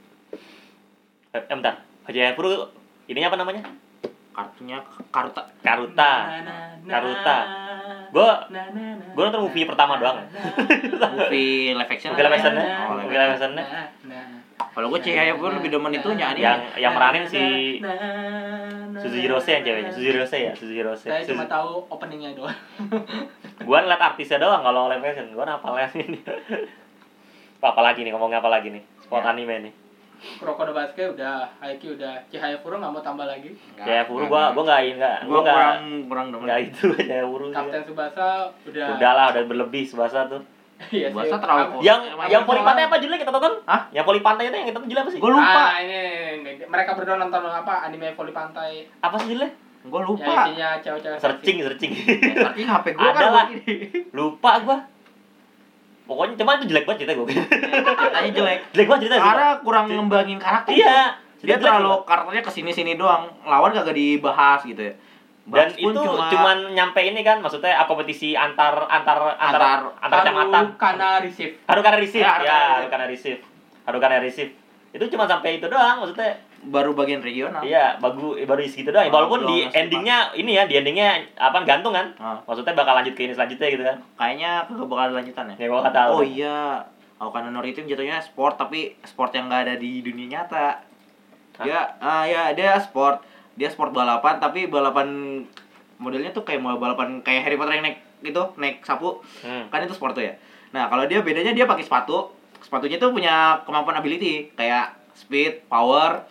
Eh bentar. Hachihaya Furu ininya apa namanya? Kartunya Karuta. Karuta. Karuta. Gua gua nonton movie pertama doang. Movie live action. Movie live action-nya? Oh, live Movie live action-nya? Kalau gue Cihaya Puro lebih demen itunya anime. Yang yang meranin si Suzuhiro Hirose yang ceweknya. Suzuhiro Hirose ya, Suzuhiro Hirose. Saya cuma tahu openingnya doang. Gua ngeliat artisnya doang kalau live action. Gua hafalnya ini. Apa lagi nih ngomongnya apa lagi nih? Sport Ya. anime nih. Kuroko no Basket udah, Haikyuu udah, Cihaya Furu nggak mau tambah lagi. Kayak Furu gua gua enggak enggak gue gua enggak kurang kurang demen. enggak itu kayak Furu. Kapten Tsubasa udah. Udahlah, udah berlebih Subasa tuh. Iya sih. Tsubasa terlalu Aku- Yang Emang yang betul poli lah. pantai apa judulnya kita tonton? Hah? Yang poli pantai itu yang kita tonton judulnya apa sih? Gue lupa. Ah, ini, ini mereka berdua nonton apa anime voli pantai. Apa sih judulnya? Gue Ya lupa. isinya cewek-cewek. Searching, searching. Ya, Artinya H P gue Ada kan lah. begini. Lupa gua. Pokoknya cuma itu jelek banget cerita gua. Ceritanya jelek. Jelek banget cerita. Karena kurang ngembangin karakter. Iya. Dia cerita jelek terlalu banget. karakternya kesini-sini doang. Lawan kagak dibahas gitu ya. Dan Bahas pun itu cuma cuman nyampe ini kan, maksudnya ah, kompetisi antar antar antar Antar- antar kecamatan. Karena receive. Harukana Receive. Ya, Ya, Harukana Harukana Receive. Harukana Receive. Itu cuma sampai itu doang maksudnya. baru bagian regional. Iya, bagus baru segitu doang. Oh, Walaupun belum di masih endingnya ini ya, di endingnya apa gantung kan? Ah, Maksudnya bakal lanjut ke ini selanjutnya gitu kan. kayaknya kagak bakal ada lanjutan ya. Ya gua enggak tahu. Oh iya, Aokana no Rhythm jatuhnya sport tapi sport yang nggak ada di dunia nyata. Dia ah ya dia sport, dia sport balapan tapi balapan modelnya tuh kayak mau balapan kayak Harry Potter yang naik gitu, naik sapu. Hmm. Kan itu sport tuh ya. Nah, kalau dia bedanya dia pakai sepatu. Sepatunya tuh punya kemampuan ability kayak speed, power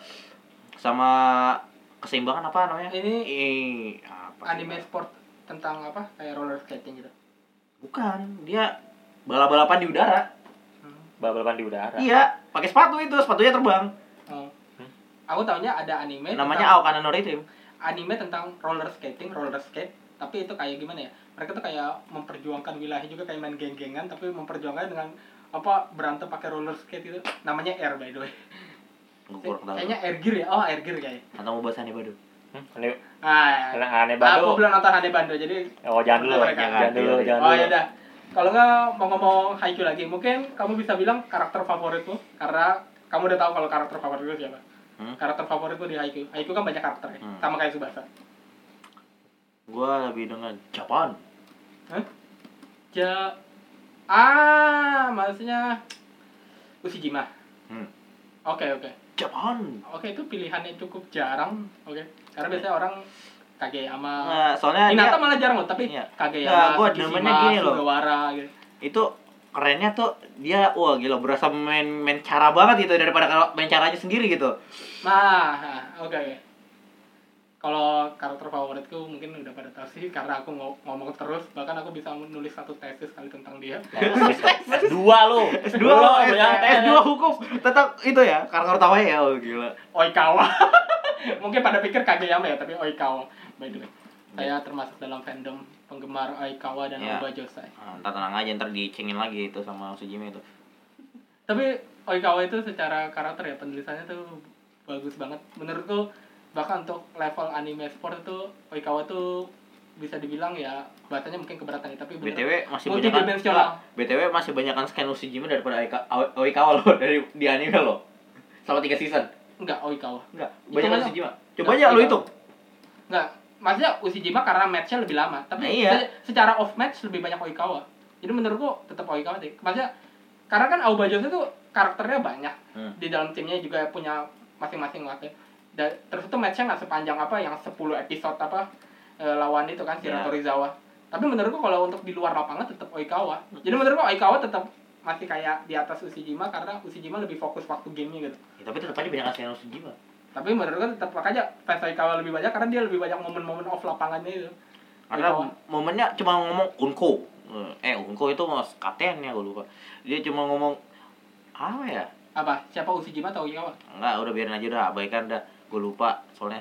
sama keseimbangan apa namanya? Ini Eh, apa sih? Anime sport tentang apa? Kayak roller skating gitu. Bukan, dia balap-balapan di udara. Hmm. Balapan di udara. Iya, pakai sepatu itu, sepatunya terbang. Oh. Hmm. Aku taunya ada anime Namanya tentang, Aokana no Rhythm. anime tentang roller skating, roller skate. Tapi itu kayak gimana ya? Mereka tuh kayak memperjuangkan wilayah juga kayak main geng-gengan tapi memperjuangkan dengan apa berantem pakai roller skate itu. Namanya Air by the way. Gue kurang tahu. Kayaknya Air Gear ya. Oh, Air Gear kayaknya. Atau mau bahas anime baru. Hmm, aneh, Ah, aneh aku baru. belum nonton Hane Bando jadi Oh, jangan dulu, Mereka. jangan dulu, jangan oh dulu. ya udah. Kalau nggak mau ngomong Haikyuu lagi, mungkin kamu bisa bilang karakter favoritmu karena kamu udah tahu kalau karakter favoritku siapa. Hmm? Karakter favoritku di Haikyuu. Haikyuu kan banyak karakter ya, Hmm. sama kayak Tsubasa. Gue lebih dengan Japan. Hah? Ja Ah, maksudnya Ushijima. Hmm. Oke, oke. Japan. Oke, itu pilihannya cukup jarang. Oke. Karena biasanya orang Kageyama. Nah, soalnya Hinata dia malah jarang loh, tapi Iya. Kageyama, Nggak, gua Tsukishima, demennya gini loh. Sugawara gitu. itu kerennya tuh dia wah gila berasa main main cara banget gitu daripada kalau main caranya sendiri gitu. Nah, oke. oke. Kalau karakter favoritku mungkin udah pada tahu sih karena aku ngo- ngomong terus bahkan aku bisa nulis satu tesis kali tentang dia. S dua lu. S dua Lu S yang S dua hukum tetap itu ya karakter utamanya ya oh, gila. Oikawa. Mungkin pada pikir Kageyama ya, tapi Oikawa. By the way, saya termasuk dalam fandom penggemar Oikawa dan Ya. Aoba Josai. Ah, ntar tenang aja, ntar dicengin lagi itu sama Sujime itu. Tapi Oikawa itu secara karakter ya, penulisannya tuh bagus banget. Menurutku bahkan untuk level anime sport itu Oikawa tuh bisa dibilang ya bahasanya mungkin keberatan ya, tapi B T bener W masih banyak kan multidimensional. B T W masih banyak kan scan Sujime daripada Oika- Oi- Oikawa loh dari di anime loh. Selama tiga season. Enggak Oikawa. Enggak, Itu banyak kan mana? Sujime. Coba Enggak, aja lu Oikawa. hitung. Enggak, maksudnya Ushijima karena match-nya lebih lama, tapi Nah, iya. se- secara off match lebih banyak Oikawa. Jadi menurutku tetap Oikawa sih. Maksudnya karena kan Aoba Josai itu karakternya banyak. Hmm. Di dalam timnya juga punya masing-masing wakil. Dan terus itu match-nya nggak sepanjang apa yang sepuluh episode apa e, lawan itu kan Iya. Shirato Rizawa. Tapi menurutku kalau untuk di luar lapangan tetap Oikawa. Jadi menurutku Oikawa tetap masih kayak di atas Ushijima karena Ushijima lebih fokus waktu gamenya gitu. Ya, tapi tetap aja banyak scan Sujime. Tapi menurutku tetap makanya fans Oikawa lebih banyak karena dia lebih banyak momen-momen off lapangannya itu. Karena Oikawa. momennya cuma ngomong Unko. Eh, Unko itu mas katennya gue lupa. Dia cuma ngomong apa ya? Apa? Siapa Ushijima atau Oikawa? Enggak, udah biarin aja udah, abaikan dah. Gue lupa soalnya.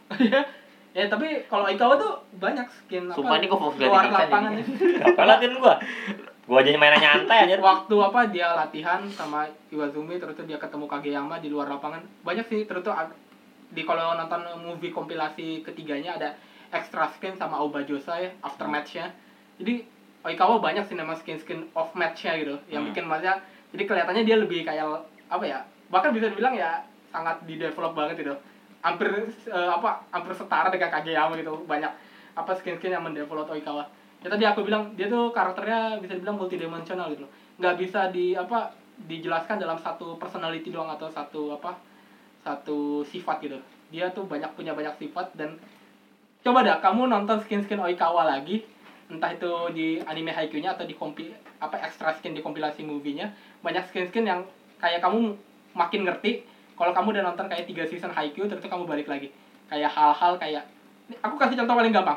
Ya tapi kalau Oikawa tuh banyak skin apa? Sumpah ini kok fokus luar liatin Iksan lapangan jadinya. itu. Apa latihan gua? Gua aja mainan nyantai anjir. Waktu apa dia latihan sama Iwazumi terus tuh dia ketemu Kageyama di luar lapangan. Banyak sih terus tuh ag- di kalau nonton movie kompilasi ketiganya ada extra skin sama Aoba Josai after match-nya. Jadi Oikawa banyak sih nama skin-skin off match-nya gitu. Yang Hmm. bikin maksudnya jadi kelihatannya dia lebih kayak apa ya? Bahkan bisa dibilang ya sangat di develop banget gitu. Hampir eh, apa hampir setara dengan Kageyama gitu. Banyak apa skin-skin yang mendevelop Oikawa. Ya tadi aku bilang dia tuh karakternya bisa dibilang multidimensional gitu loh. Nggak bisa di apa dijelaskan dalam satu personality doang atau satu apa satu sifat gitu. Dia tuh banyak punya banyak sifat dan coba dah kamu nonton skin-skin Oikawa lagi, entah itu di anime Haikyuu-nya atau di kompi apa extra skin di kompilasi movie-nya, banyak skin-skin yang kayak kamu makin ngerti kalau kamu udah nonton kayak tiga season Haikyuu terus kamu balik lagi. Kayak hal-hal kayak aku kasih contoh paling gampang.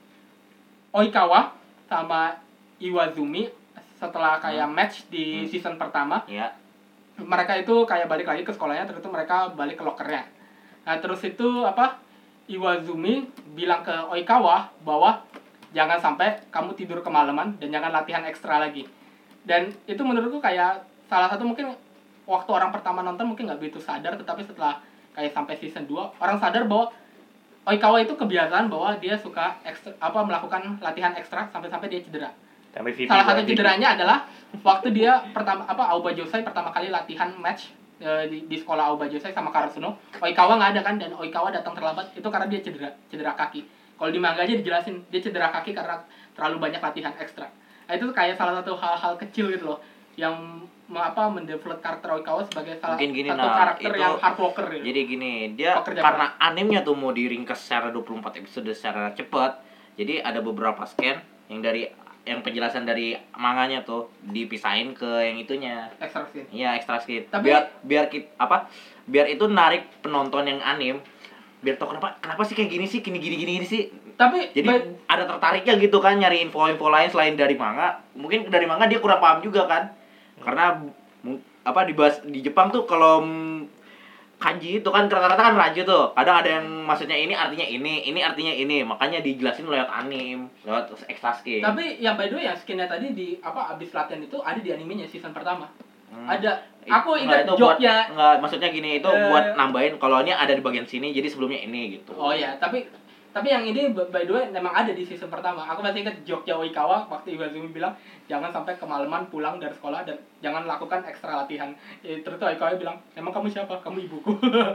Oikawa sama Iwazumi setelah kayak match di Hmm. season pertama, Ya. mereka itu kayak balik lagi ke sekolahnya terus itu mereka balik ke lokernya. Nah terus itu apa Iwazumi bilang ke Oikawa bahwa jangan sampai kamu tidur kemalaman dan jangan latihan ekstra lagi. Dan itu menurutku kayak salah satu mungkin waktu orang pertama nonton mungkin nggak begitu sadar, tetapi setelah kayak sampai season dua orang sadar bahwa Oikawa itu kebiasaan bahwa dia suka ekstra, apa melakukan latihan ekstra sampai-sampai dia cedera. Sampai V P Salah gua, satu V P. cederanya adalah waktu dia pertama apa Aoba Josai pertama kali latihan match e, di, di sekolah Aoba Josai sama Karasuno. Oikawa nggak ada kan dan Oikawa datang terlambat itu karena dia cedera cedera kaki. Kalau di manga aja dijelasin dia cedera kaki karena terlalu banyak latihan ekstra. Nah, itu tuh kayak salah satu hal-hal kecil gitu loh yang me- apa mendevelop karakter Oikawa sebagai salah Mungkin gini, satu nah, karakter itu- yang hard worker gitu. Jadi gini, dia Pekerja karena animenya tuh mau diringkas secara dua puluh empat episode secara cepat. Jadi ada beberapa scan yang dari yang penjelasan dari manganya tuh dipisahin ke yang itunya. Extra skin. Iya, extra skit. Tapi- biar biar kit apa? Biar itu narik penonton yang anim. Biar tau kenapa kenapa sih kayak gini sih, gini gini gini, gini sih. Tapi Jadi by- ada tertariknya gitu kan nyari info-info lain selain dari manga. Mungkin dari manga dia kurang paham juga kan. Karena mu- apa dibahas di Jepang tuh kalau mm, kanji itu kan rata-rata kan raju tuh. Kadang ada yang maksudnya ini artinya ini, ini artinya ini. Makanya dijelasin lewat anim, lewat extra skin. tapi yang by the way yang skinnya tadi di apa abis latihan itu ada di animenya season pertama. Hmm. Ada. I- Aku enggak, ingat itu buat- joke-nya. enggak, maksudnya gini itu Eh. buat nambahin kalau ini ada di bagian sini jadi sebelumnya ini gitu. Oh ya, tapi tapi yang ini by the way memang ada di season pertama. Aku masih ingat joke Oikawa waktu Iwazumi bilang jangan sampai kemalaman pulang dari sekolah dan jangan lakukan ekstra latihan. Eh, terus tuh Oikawa bilang, "Emang kamu siapa? Kamu ibuku."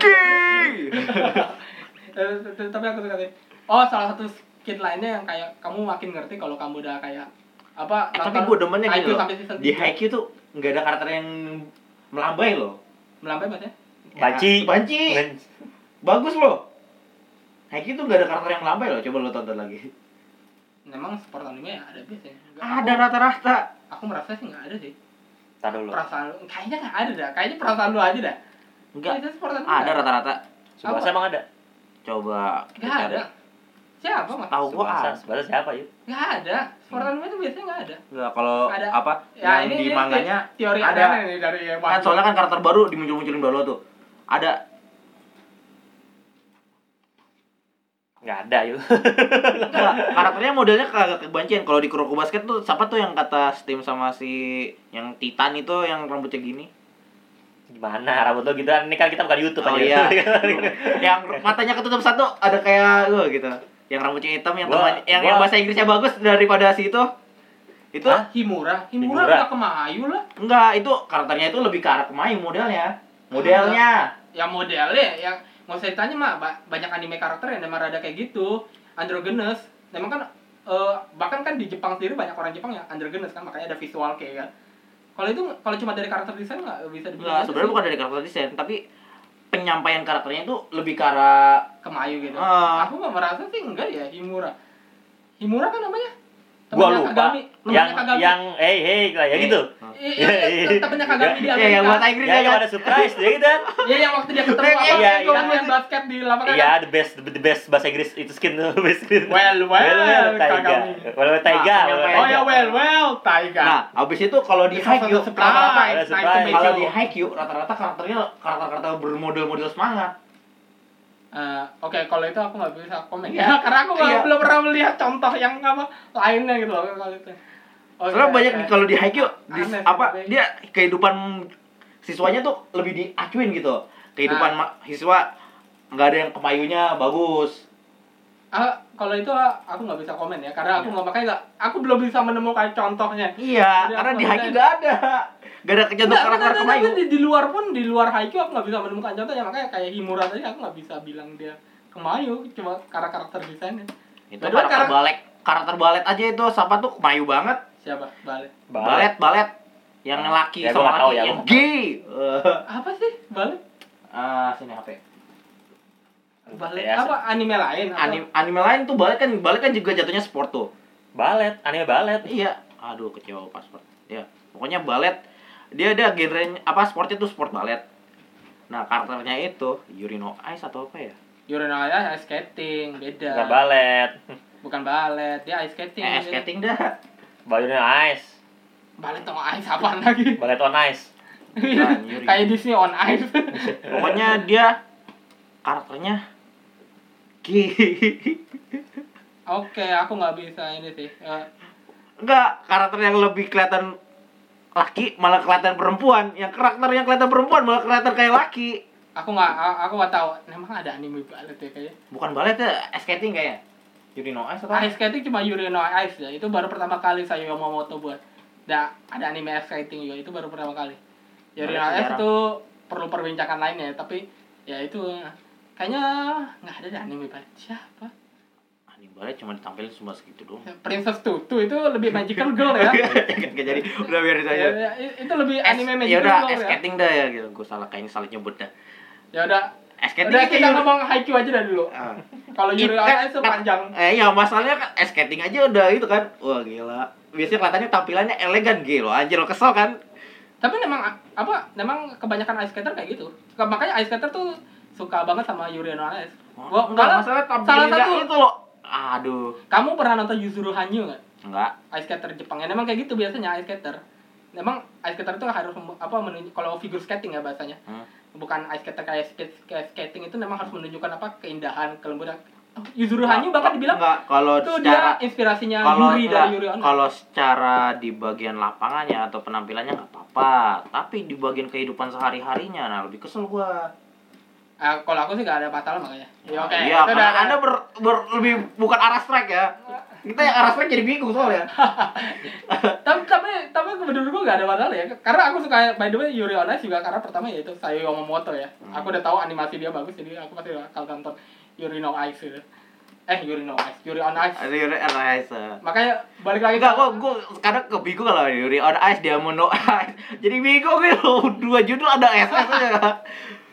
Eh, t- t- tapi aku suka sih. Oh, salah satu skin lainnya yang kayak kamu makin ngerti kalau kamu udah kayak apa Eh, tapi gue demennya gini Haikyuu loh. sampai season Di tiga. Haikyuu tuh nggak ada karakter yang melambai loh. Melambai maksudnya? Banci. Ya, banci. Bagus loh. Haikyuu tuh nggak ada karakter yang melambai loh. Coba lo tonton lagi. Memang sport anime ya ada biasanya. Nggak, Ada aku- rata-rata. Aku merasa sih nggak ada sih. Tar dulu. Perasaan lu, kayaknya nggak ada dah. Kayaknya perasaan lu aja dah. Enggak. Kayaknya sport anime Ada nggak rata-rata. Subasa Apa? emang ada? Coba Nggak kita ada. Siapa mas? tahu gua Subasa, ah. Subasa siapa yuk? Nggak ada. Sport anime itu biasanya nggak ada. Enggak kalau Ada. apa Ya yang ini, di ini manganya teori ada. aneh nih dari Kan soalnya kan karakter baru dimuncul-munculin dulu tuh. Ada Nggak ada itu. Enggak, karakternya modelnya kagak kebancian. Kalau di Kuroko Basket tuh siapa tuh yang kata Steam sama si yang Titan itu yang rambutnya gini? Gimana rambut lo gitu kan? Ini kan kita bukan YouTube Oh aja. iya. Yang matanya ketutup satu ada kayak gue gitu. Yang rambutnya hitam yang Gua- temannya yang, gua- yang bahasa Inggrisnya bagus daripada si itu. Itu Hah? Himura, Himura Himura. udah kemayu lah. enggak, itu karakternya itu lebih ke arah kemayu modelnya. Modelnya. Ya modelnya, yang mau saya tanya mah ba- banyak anime karakter yang memang rada kayak gitu, androgynous. Memang kan eh, bahkan kan di Jepang sendiri banyak orang Jepang yang androgynous kan, makanya ada visual kayak kan. Kalau itu kalau cuma dari karakter desain nggak bisa dibilang. Enggak, sebenarnya bukan dari karakter desain, tapi penyampaian karakternya itu lebih ke arah kemayu gitu. Ah. Aku mah merasa sih enggak ya Himura. Himura kan namanya Gua temannya lupa. Kagami, Yang temannya Kagami. yang hey hey kayak Eh. gitu. I- iya, iya, temannya Kagami di ya Amerika. yang bahasa Inggris Ya ya yang kan. ada surprise dia gitu kan. Iya, yang waktu dia ketemu Iya, apa? iya, Dia iya. main basket di lapangan. Iya, the best the best bahasa Inggris itu skin tuh best skin. Well, well, Taiga. Kagami. Well, well, Taiga. Nah, well, well, Oh Taiga. ya, well, well, Taiga. Nah, habis itu kalau di It's Haikyuu also rata-rata surprise. Ada Nice to surprise. meet kalau you. di Haikyuu rata-rata karakternya karakter-karakter bermodel-model semangat. Eh, Oke, kalau itu aku nggak bisa komen ya, karena aku nggak Iya. belum pernah melihat contoh yang apa lainnya gitu loh kalau itu. Oke, Soalnya banyak oke. kalau di Haikyuu di, Aneh sih, apa tapi- dia kehidupan siswanya tuh lebih diacuin gitu. Kehidupan Nah. ma- siswa nggak ada yang kemayunya bagus. Ah, kalau itu ah, aku nggak bisa komen ya, karena aku nggak makanya nggak, aku belum bisa menemukan contohnya. Iya, Jadi karena aku di nggak Haikyuu bisa- nggak ada. Nggak ada contoh Nggak, karakter nggak, nggak, kemayu. nggak, Di, di luar pun, di luar Haikyuu aku nggak bisa menemukan contohnya, makanya kayak Himura tadi aku nggak bisa bilang dia kemayu, cuma karena karakter desainnya. Itu Padahal karakter karak- balet, karakter balet aja itu siapa tuh kemayu banget. Siapa? Balik. Balet, balet. Yang laki Ya, gua sama nggak tahu laki ya, yang gua nggak gay. Eh, Apa sih? Balik? ah, sini H P. Balik Ya, apa? Anime lain? Atau- Anime, anime lain tuh balet kan, balet kan juga jatuhnya sport tuh. Balet, anime balet. Iya. Aduh, kecewa paspor. Ya, pokoknya balet dia ada genre apa sportnya tuh sport balet. Nah, karakternya itu Yuri no Ice atau apa ya? Yuri no Ice ice skating, beda. Bukan balet. Bukan balet, dia ice skating. Eh, skating dah. Bajunya ice. Balet sama ice apaan lagi? Balet on ice. Bukan, Yuri. Kayak Disney on ice. Pokoknya dia karakternya gay. Oke, aku nggak bisa ini sih. Eh, Enggak, karakter yang lebih kelihatan laki malah kelihatan perempuan. Yang karakter yang kelihatan perempuan malah kelihatan kayak laki. aku nggak, aku nggak tahu. Memang ada anime balet ya kayaknya. Bukan balet ya, skating kayaknya. Yuri no Ice atau apa? Ice skating cuma Yuri no Ice ya. Itu baru pertama kali saya Yamamoto buat. Da, ada anime ice skating juga. Itu baru pertama kali. Yuri no Balet Ice sejarah. itu perlu perbincangan lainnya. Tapi ya itu kayaknya nggak ada deh anime balet. Siapa? Anime balet cuma ditampilin cuma segitu doang. Princess Tutu itu lebih magical girl ya. Jangan kayak jadi udah biarin saja. Ya, ya, itu lebih anime Ya magical udah, girl ya. skating dah ya gitu. Gue salah kayaknya salah nyebut dah. Ya udah. Skating Udah itu kita Yuri- ngomong Haikyuu aja dah dulu. Ah. Kalau Yuri on Kan- Ice itu panjang. Eh iya, masalahnya kan eh, skating aja udah itu kan. Wah, gila. Biasanya kelihatannya tampilannya elegan gitu. Anjir lo kesel kan? Tapi memang apa? Memang kebanyakan ice skater kayak gitu. Makanya ice skater tuh suka banget sama Yuri on Ice. Gua enggak, malah masalah salah tampilannya satu itu loh. Aduh. kamu pernah nonton Yuzuru Hanyu nggak? Enggak. Ice skater Jepang. Ya memang kayak gitu biasanya ice skater. Memang ice skater itu harus mem- apa menunjuk kalau figure skating ya bahasanya. Hmm. Bukan ice skater kayak skate, kayak skating itu memang harus menunjukkan apa keindahan, kelembutan. Oh, Yuzuru Hanyu bahkan dibilang enggak kalau itu secara dia inspirasinya kalau Yuri enggak, dari Yuri on Ice. kalau secara di bagian lapangannya atau penampilannya nggak apa-apa, tapi di bagian kehidupan sehari-harinya nah lebih kesel gua. Ah, kalau aku sih gak ada masalah makanya. Ya, oke. Iya, itu karena udah- Anda ber, ber- lebih bukan arah strike ya. Kita yang arah strike jadi bingung soalnya. tapi tapi tapi menurut gue gak ada masalah ya, karena aku suka by the way Yuri on Ice juga karena pertama ya itu Sayo Yamamoto ya. Hmm. Aku udah tahu animasi dia bagus jadi aku pasti bakal nonton Yuri no Ice gitu. Eh Yuri no Ice, Yuri on Ice. Ada Yuri on Ice. Makanya balik lagi Enggak, gua gua kadang kebingung kalau Yuri on Ice dia mau no ice. Jadi bingung gitu. Dua judul ada S S aja.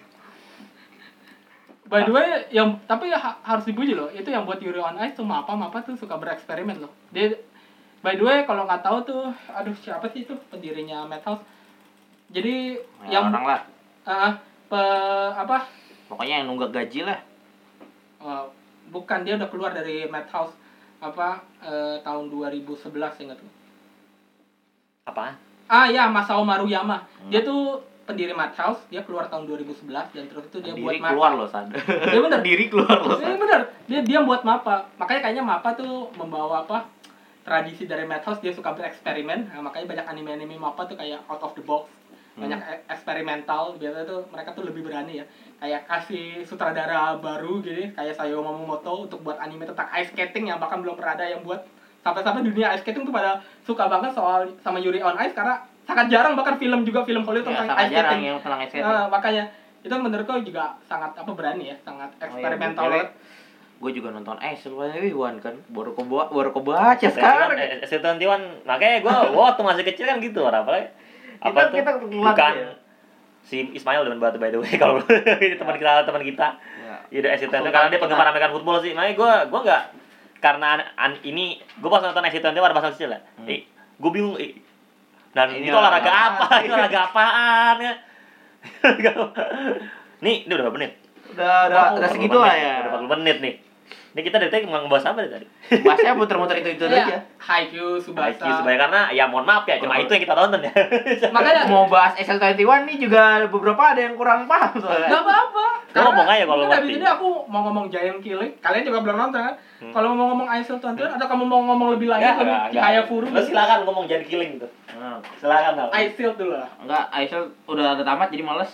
By the way, yang tapi ha- harus dipuji loh, itu yang buat Yuri on Ice tuh Mapa, Mapa tuh suka bereksperimen loh. Dia by the way kalau nggak tahu tuh, aduh siapa sih itu pendirinya Madhouse. Jadi Ya, yang orang lah. ah, pe, apa? Pokoknya yang nunggak gaji lah. Uh, bukan, dia udah keluar dari Madhouse apa eh, tahun dua ribu sebelas ingat tuh. Apa? Ah ya, Masao Maruyama. Hmm. Dia tuh pendiri Madhouse, dia keluar tahun dua ribu sebelas dan terus itu dia buat Diri Mappa. keluar loh, San. Dia bener. Diri keluar loh, Iya San. bener. Dia dia buat Mappa. Makanya kayaknya Mappa tuh membawa apa? Tradisi dari Madhouse, dia suka bereksperimen. Nah, makanya banyak anime-anime Mappa tuh kayak out of the box. Banyak Hmm. e- eksperimental. Biasanya tuh mereka tuh lebih berani ya. Kayak kasih sutradara baru gitu, kayak Sayo Mamomoto untuk buat anime tentang ice skating yang bahkan belum pernah ada yang buat. Sampai-sampai dunia ice skating tuh pada suka banget soal sama Yuri on Ice karena sangat jarang bahkan film juga film Hollywood Ya, tentang sangat ice jarang skating. yang tentang ice skating. Nah, makanya itu menurutku juga sangat apa berani ya, sangat eksperimental Oh, iya, banget. gue juga nonton Ice One kan, baru kebawa baru kebaca S sekarang. S dua puluh satu makanya gue waktu masih kecil kan gitu orang apa apa Kita- tuh kita telat bukan ya. si Ismail demen batu by the way kalau ini teman kita teman kita Ya. ya udah S dua puluh satu Langsung karena dia kita- penggemar American football sih makanya gue gue nggak karena an, an- ini gue pas nonton S dua puluh satu pada masa kecil ya Hmm. eh, gue bingung eh, dan Ini itu olahraga olahraga apa apa? itu olahraga apaan ya nih ini udah berapa menit Udah udah Oh, udah empat puluh segitu lah menit, ya. udah empat puluh menit nih ini kita dari tadi ngebahas apa dari tadi Bahasnya muter-muter itu-itu Iya, aja. Haikyuu, I Q Tsubasa. sebenarnya karena ya mohon maaf ya cuma Oh. itu yang kita tonton ya Makanya Mau bahas S L dua puluh satu nih juga beberapa ada yang kurang paham soalnya. nggak apa-apa. Lu ngomong aja kalau mungkin ngerti. habis ini aku mau ngomong Giant Killing. Kalian juga belum nonton kan? Hmm. Kalau mau ngomong I S L dua puluh satu atau kamu mau ngomong lebih lanjut Enggak, lebih enggak, enggak. Cahaya Furu. Lu silakan ngomong jadi killing gitu. Nah, Silakan tau. I S L dulu lah. enggak, Aisyah udah ada tamat jadi males.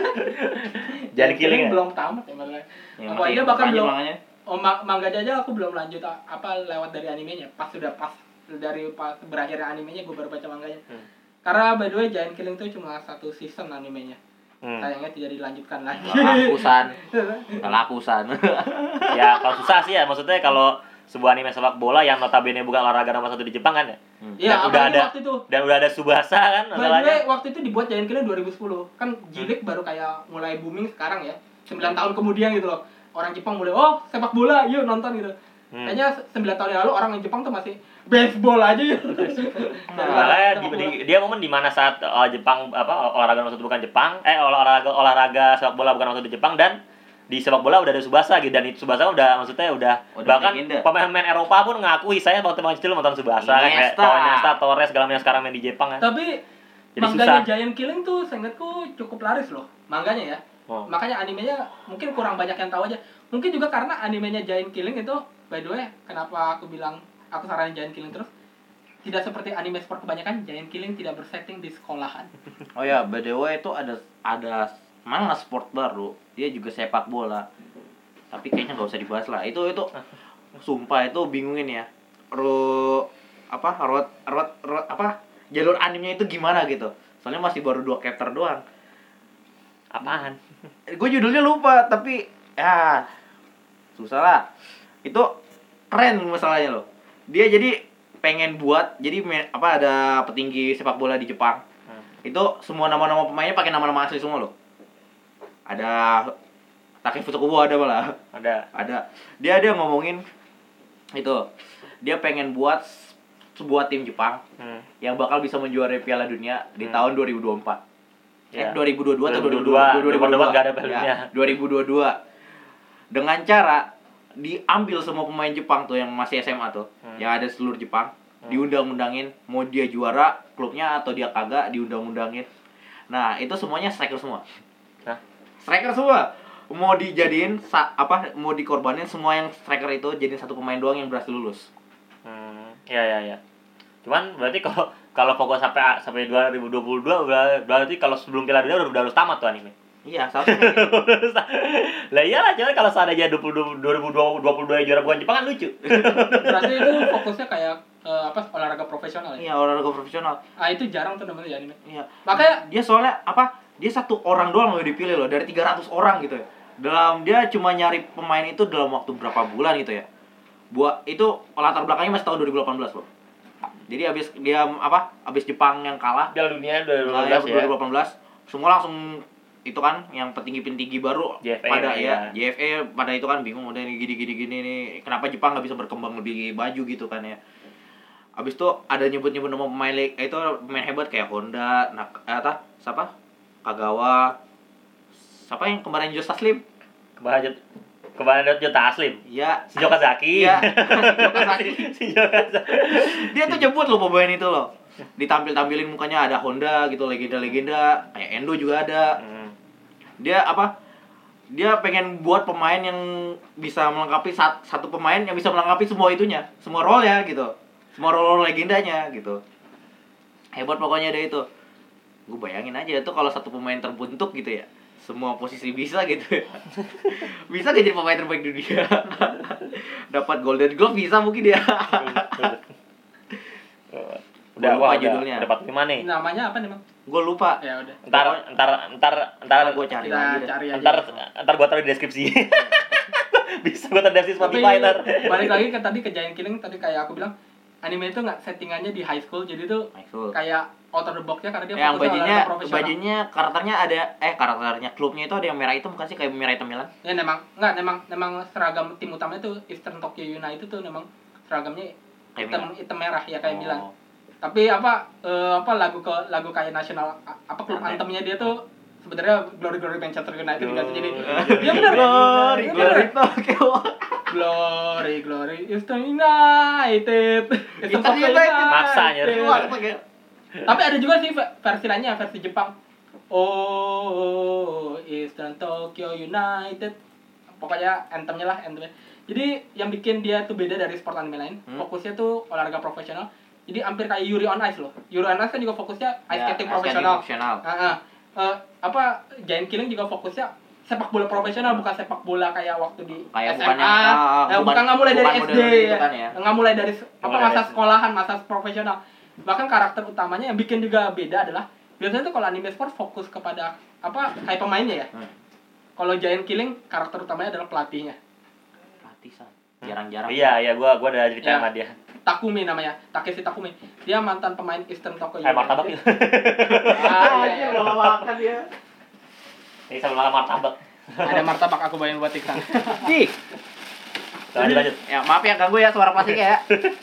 Jadi killing ya. belum tamat ya malah. Ya, Aku masih aja bahkan lanjut belum makanya. Oh, ma- manga aja aku belum lanjut a- apa lewat dari animenya. Pas sudah pas dari pas berakhirnya animenya gue baru baca manganya. Hmm. Karena by the way Giant Killing itu cuma satu season animenya. Hmm. Sayangnya tidak dilanjutkan lagi. Nggak laku, San. Nggak laku, San. Ya kalau susah sih ya maksudnya kalau sebuah anime sepak bola yang notabene bukan olahraga nomor satu di Jepang kan ya. Iya, Dan udah apalagi ada waktu itu. dan udah ada Subasa kan By the way, masalahnya. waktu itu dibuat Giant Killing dua ribu sepuluh. Kan Jilik baru kayak mulai booming sekarang ya. sembilan tahun kemudian gitu loh. Orang Jepang mulai, oh sepak bola, yuk nonton gitu. Hmm. Kayaknya sembilan tahun yang lalu orang di Jepang tuh masih baseball aja ya. Makanya di, di- dia momen di mana saat uh, Jepang apa olahraga nomor satu bukan Jepang, eh olahraga olahraga sepak bola bukan nomor satu di Jepang dan di sepak bola udah ada Subasa gitu dan itu Subasa udah maksudnya udah, Udah bahkan legenda. pemain-pemain Eropa pun ngakui saya waktu masih kecil nonton Subasa kan kayak Iniesta. Tao Iniesta, Torres segala macam yang sekarang main di Jepang kan. Tapi Jadi manganya susah. Giant Killing tuh seingatku cukup laris loh. Manganya ya. Oh. Makanya animenya mungkin kurang banyak yang tahu aja. Mungkin juga karena animenya Giant Killing itu by the way, kenapa aku bilang aku saranin Giant Killing terus? Tidak seperti anime sport kebanyakan, Giant Killing tidak bersetting di sekolahan. Oh ya, by the way itu ada ada manga sport baru. Dia juga sepak bola. Tapi kayaknya nggak usah dibahas lah. Itu itu sumpah itu bingungin ya. Ro apa road road road apa jalur animenya itu gimana gitu. Soalnya masih baru dua chapter doang. Apaan? Gue judulnya lupa tapi ya susah lah. Itu keren masalahnya loh. Dia jadi pengen buat jadi me- apa ada petinggi sepak bola di Jepang. Hmm. Itu semua nama-nama pemainnya pakai nama-nama asli semua loh. Ada Takefusa Kubo ada malah. Ada. Ada. Dia dia ngomongin itu. Dia pengen buat s- sebuah tim Jepang Hmm. yang bakal bisa menjuarai Piala Dunia di Hmm. tahun dua ribu dua puluh empat. Ya. Eh dua ribu dua puluh dua atau dua ribu dua puluh dua. dua ribu dua puluh dua? Nggak ada Piala Ya, Dunia. dua ribu dua puluh dua. Dengan cara diambil semua pemain Jepang tuh yang masih S M A tuh, Hmm. yang ada seluruh Jepang, Hmm. diundang-undangin mau dia juara klubnya atau dia kagak diundang-undangin. Nah, itu semuanya striker semua. Hah? Striker semua. Mau dijadiin sa- apa mau dikorbanin semua yang striker itu jadi satu pemain doang yang berhasil lulus. Hmm. Ya ya ya. Cuman berarti kalau kalau fokus sampai sampai dua ribu dua puluh dua ber- berarti kalau sebelum Piala Dunia udah, udah harus tamat tuh anime. Iya, seharusnya kayak gitu. Lah iyalah cuman kalau seandainya dua ribu dua puluh dua juara bukan Jepang kan lucu. Berarti itu fokusnya kayak eh, apa olahraga profesional ya. Iya, olahraga profesional. Ah itu jarang tuh namanya di anime. Iya. Makanya Dia soalnya apa? Dia satu orang doang loh dipilih loh dari tiga ratus orang gitu ya. Dalam dia cuma nyari pemain itu dalam waktu berapa bulan gitu ya. Buat itu latar belakangnya masih tahun dua ribu delapan belas loh. Jadi abis dia apa? Abis Jepang yang kalah Piala Dunia dua ribu nah, delapan belas dua ya. ribu delapan belas semua langsung itu kan yang petinggi-petinggi baru J F A pada ya. ya J F A pada itu kan bingung udah ini gini-gini gini nih kenapa Jepang nggak bisa berkembang lebih maju gitu kan ya. Abis itu ada nyebut-nyebut nama pemain le- itu pemain hebat kayak Honda, nak eh, apa? Siapa? Kagawa. Siapa yang kemarin Joe Taslim? Kemarin kemarin ada Jota Aslim. Iya. Si Okazaki. Iya. Okazaki. Si Okazaki. Dia tuh nyebut loh pemain itu loh. ditampil-tampilin mukanya ada Honda gitu, legenda-legenda, kayak Endo juga ada. Hmm. Dia apa? Dia pengen buat pemain yang bisa melengkapi sat, satu pemain yang bisa melengkapi semua itunya, semua role ya gitu. Semua role legendanya gitu. Hebat pokoknya dia itu. Gue bayangin aja tuh kalau satu pemain terbentuk gitu ya. Semua posisi bisa gitu ya. Bisa gak jadi pemain terbaik dunia. Dapat Golden Glove bisa mungkin dia. Udah, Gua lupa wah, judulnya. udah, udah empat puluh lima nih. Namanya apa nih, Bang? Gue lupa. Ya udah. Ntar, ntar, ntar, ntar, Gue cari Kita lagi deh. cari aja. ntar, ntar gua taruh di deskripsi. Bisa gua taruh di deskripsi Tapi Spotify ntar. balik lagi ke tadi ke Giant Killing, tadi kayak aku bilang anime itu nggak settingannya di high school, jadi tuh Maksud. kayak out of the box-nya karena dia Yang fokusnya bajunya, olahraga profesional. bajunya karakternya ada, eh karakternya klubnya itu ada yang merah hitam bukan sih, kayak merah hitam Milan? Ya memang nggak, memang memang seragam tim utamanya tuh Eastern Tokyo United tuh memang seragamnya Kayak hitam Milan. hitam merah ya kayak Oh. Milan. Tapi apa eh, apa lagu ke lagu kayak nasional apa klub Anthem. anthemnya dia tuh sebenarnya Glory Glory Manchester United gitu. Jadi Glory, ya benar. Glory, Ya glory benar. Tokyo. Glory Glory Eastern United. Eastern Eastern Tokyo United. Maksa, anjir. Keluar pakai. Tapi ada juga sih ve- versi lainnya, versi Jepang. Oh, Eastern Tokyo United. Pokoknya anthemnya lah, anthemnya. Jadi yang bikin dia tuh beda dari sport anime lain, Hmm. fokusnya tuh olahraga profesional. Jadi hampir kayak Yuri on Ice loh. Yuri on Ice kan juga fokusnya ice Ya, skating ice skating profesional. profesional. Heeh. Eh, apa Giant Killing juga fokusnya sepak bola profesional, bukan sepak bola kayak waktu di Kayak S M A. bukan yang- ah, ah, Ya, bukan- bukan nggak mulai dari bukan S D model gitu ya. kan ya. Nggak mulai dari apa Mulai masa dari- sekolahan, masa profesional. Bahkan karakter utamanya yang bikin juga beda adalah biasanya tuh kalau anime sport fokus kepada apa kayak pemainnya ya. Hmm. Kalau Giant Killing karakter utamanya adalah pelatihnya. Latihan. Jarang-jarang. Iya, iya, gua gua udah cerita Ya. sama dia. Takumi namanya, Takeshi Takumi. Dia mantan pemain Eastern Tokyo Kayak martabak United. gitu. Ah, iya, iya. udah makan dia. Ini sambil makan martabak. Ada martabak aku bawain buat Iksan. Ih, Lanjut, lanjut. ya maaf ya ganggu ya suara plastik ya.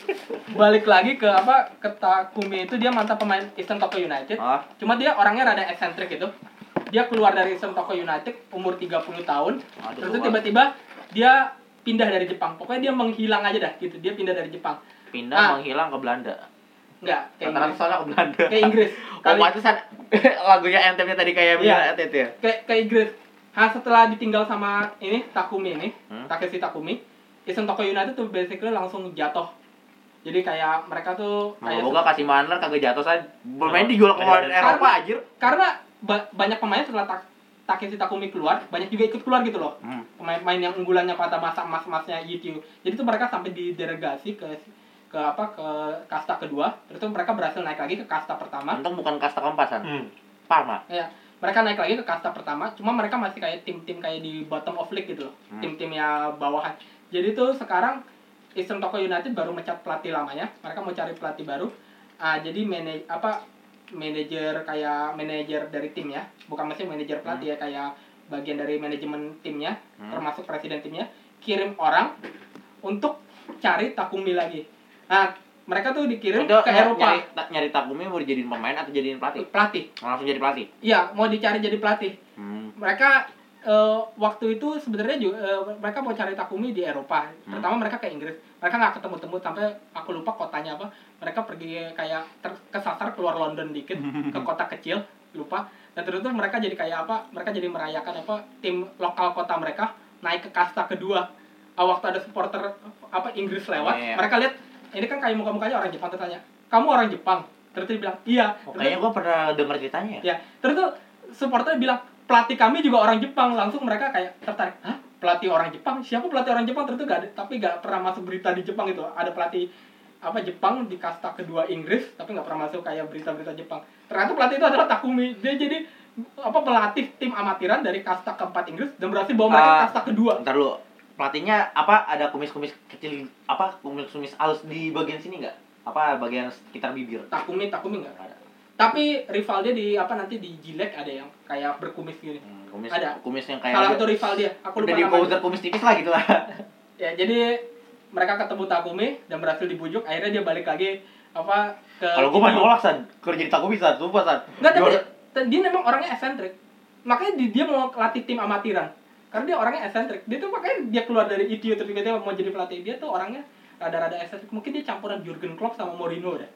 Balik lagi ke apa ke Takumi itu dia mantan pemain Eastern Tokyo United. Oh, Cuma dia orangnya rada eksentrik gitu. Dia keluar dari Eastern Tokyo United umur tiga puluh tahun. Aduh, Terus tua. tiba-tiba dia pindah dari Jepang. Pokoknya dia menghilang aja dah gitu. Dia pindah dari Jepang. pindah Ah. menghilang ke Belanda. Enggak, kayak Rata-rata Inggris. soalnya ke Belanda. Kayak Inggris. Oh, Kali pantesan lagunya anthemnya tadi kayak Iya. Milan itu ya. kayak kayak Inggris. Nah, setelah ditinggal sama ini Takumi ini, Hmm? Takeshi Takumi, Eastern Tokyo United tuh basically langsung jatuh. Jadi kayak mereka tuh kayak Moga-moga kasih manler kagak jatuh saja. Bermain dijual ke Ada- ada- Eropa anjir. karena ba- banyak pemain setelah Tak- Takeshi Takumi keluar, banyak juga ikut keluar gitu loh. Hmm. Pemain-pemain yang unggulannya pada masa emas-emasnya Y T U. Jadi tuh mereka sampai didelegasi ke ke apa ke kasta kedua, terus tuh mereka berhasil naik lagi ke kasta pertama. Untung bukan kasta keempasan. Hmm. Parma. Ya, mereka naik lagi ke kasta pertama, cuma mereka masih kayak tim-tim kayak di bottom of league gitu loh. Hmm. Tim-timnya bawahan. Jadi tuh sekarang Eastern Tokyo United baru mecat pelatih lamanya. Mereka mau cari pelatih baru. Ah, jadi manaj apa manajer kayak manajer dari tim ya, bukan maksudnya manajer pelatih ya, kayak bagian dari manajemen timnya, Hmm. termasuk presiden timnya, kirim orang untuk cari Takumi lagi. Nah, mereka tuh dikirim Itu ke ny- Eropa. nyari, ta- nyari Takumi mau dijadiin pemain atau jadiin pelatih? Pelatih. Langsung jadi pelatih. Iya, mau dicari jadi pelatih. Hmm. Mereka eh, waktu itu sebenarnya juga eh, mereka mau cari Takumi di Eropa. Hmm. Pertama mereka ke Inggris. Mereka nggak ketemu-temu sampai aku lupa kotanya apa. Mereka pergi kayak ter- kesasar keluar London dikit ke kota kecil, lupa. Dan terus tuh mereka jadi kayak apa? Mereka jadi merayakan apa tim lokal kota mereka naik ke kasta kedua. Ah, waktu ada supporter apa Inggris lewat, Iya. mereka lihat ini kan kayak muka-mukanya orang Jepang, terus tanya, "Kamu orang Jepang?" Terus dia bilang, "Iya." Oh, Terus- kayaknya gue pernah dengar ceritanya ya. Ya, terus tuh supporter bilang pelatih kami juga orang Jepang. Langsung mereka kayak tertarik. Hah? Pelatih orang Jepang? Siapa pelatih orang Jepang? Terus tuh gak ada, tapi gak pernah masuk berita di Jepang itu. Ada pelatih apa Jepang di kasta kedua Inggris, tapi nggak pernah masuk kayak berita-berita Jepang. Ternyata pelatih itu adalah Takumi. Dia jadi apa pelatih tim amatiran dari kasta keempat Inggris dan berhasil bawa mereka Ah. ke kasta kedua. Ntar lu, pelatihnya apa ada kumis-kumis kecil apa kumis-kumis halus di bagian sini nggak? Apa bagian sekitar bibir? Takumi, Takumi nggak. Nggak ada. Tapi rival dia di apa nanti di Jilek ada yang kayak berkumis gini. Hmm, kumis Ada. kumis yang kayak Salah satu rival dia. Aku udah lupa di namanya. poser kumis tipis lah gitu lah. Ya, jadi mereka ketemu Takumi dan berhasil dibujuk. Akhirnya dia balik lagi apa ke Kalau gue main nolak san, kerja di Takumi san, sumpah san. Enggak, tapi Dia- dia, dia memang orangnya eksentrik. Makanya di- dia mau latih tim amatiran. Karena dia orangnya eksentrik. Dia tuh makanya dia keluar dari I T U terus dia mau jadi pelatih. Dia tuh orangnya rada-rada eksentrik. Mungkin dia campuran Jurgen Klopp sama Mourinho deh.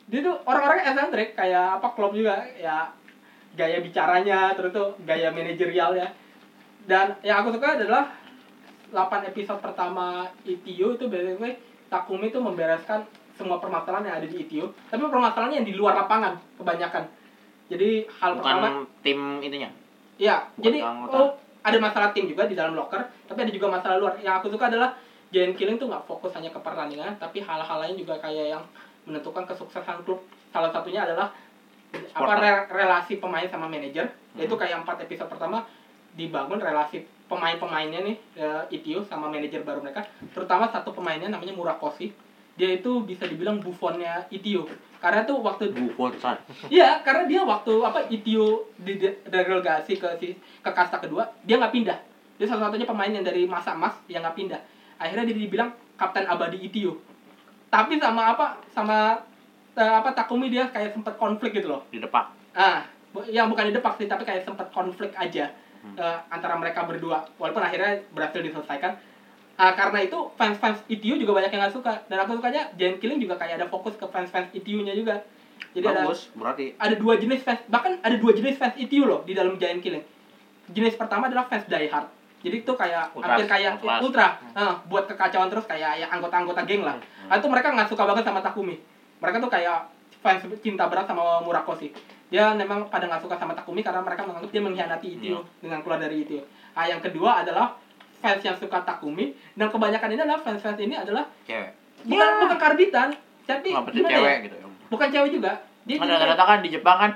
dia tuh orang-orangnya eksentrik kayak apa Klopp juga ya, gaya bicaranya terus tuh gaya manajerialnya. Dan yang aku suka adalah delapan episode pertama I T U itu basically Takumi itu membereskan semua permasalahan yang ada di I T U, tapi permasalahannya yang di luar lapangan kebanyakan. Jadi hal Bukan pertama tim itunya. iya, Bukan jadi anggota. oh ada masalah tim juga di dalam locker, tapi ada juga masalah luar. Yang aku suka adalah Giant Killing tuh nggak fokus hanya ke pertandingan, tapi hal-hal lain juga kayak yang menentukan kesuksesan klub. Salah satunya adalah Sport, apa re- relasi pemain sama manajer, yaitu kayak empat episode pertama dibangun relasi pemain-pemainnya nih uh, I T U sama manajer baru mereka, terutama satu pemainnya namanya Murakoshi. Dia itu bisa dibilang buffonnya I T U. Karena tuh waktu Buffon san. iya, karena dia waktu apa I T U di de- delegasi ke si ke kasta kedua, dia nggak pindah. Dia satu-satunya pemain yang dari masa emas yang nggak pindah. Akhirnya dia dibilang kapten abadi I T U. Tapi sama apa sama eh, apa Takumi dia kayak sempat konflik gitu loh. Di depan. Ah, bu- yang bukan di depak sih, tapi kayak sempat konflik aja eh, antara mereka berdua. Walaupun akhirnya berhasil diselesaikan. Ah, karena itu fans-fans I T U juga banyak yang nggak suka. Dan aku sukanya Giant Killing juga kayak ada fokus ke fans-fans I T U-nya juga. Jadi Bagus, berarti. ada ada dua jenis fans, bahkan ada dua jenis fans I T U loh di dalam Giant Killing. Jenis pertama adalah fans die hard. Jadi itu kayak Ultras, hampir kayak ultras. ultra, Eh, buat kekacauan terus kayak ya anggota-anggota geng lah. Nah, itu mereka nggak suka banget sama Takumi. Mereka tuh kayak fans cinta berat sama Murakoshi. Dia memang pada nggak suka sama Takumi karena mereka menganggap dia mengkhianati I T U Iya. dengan keluar dari I T U. Nah, yang kedua adalah fans yang suka Takumi, dan kebanyakan ini adalah fans-fans ini adalah Cewek. bukan bukan karbitan, tapi Nggak pasti gimana cewek ya? gitu ya. Bukan cewek juga. Dia Kan juga- rata-rata kan di Jepang kan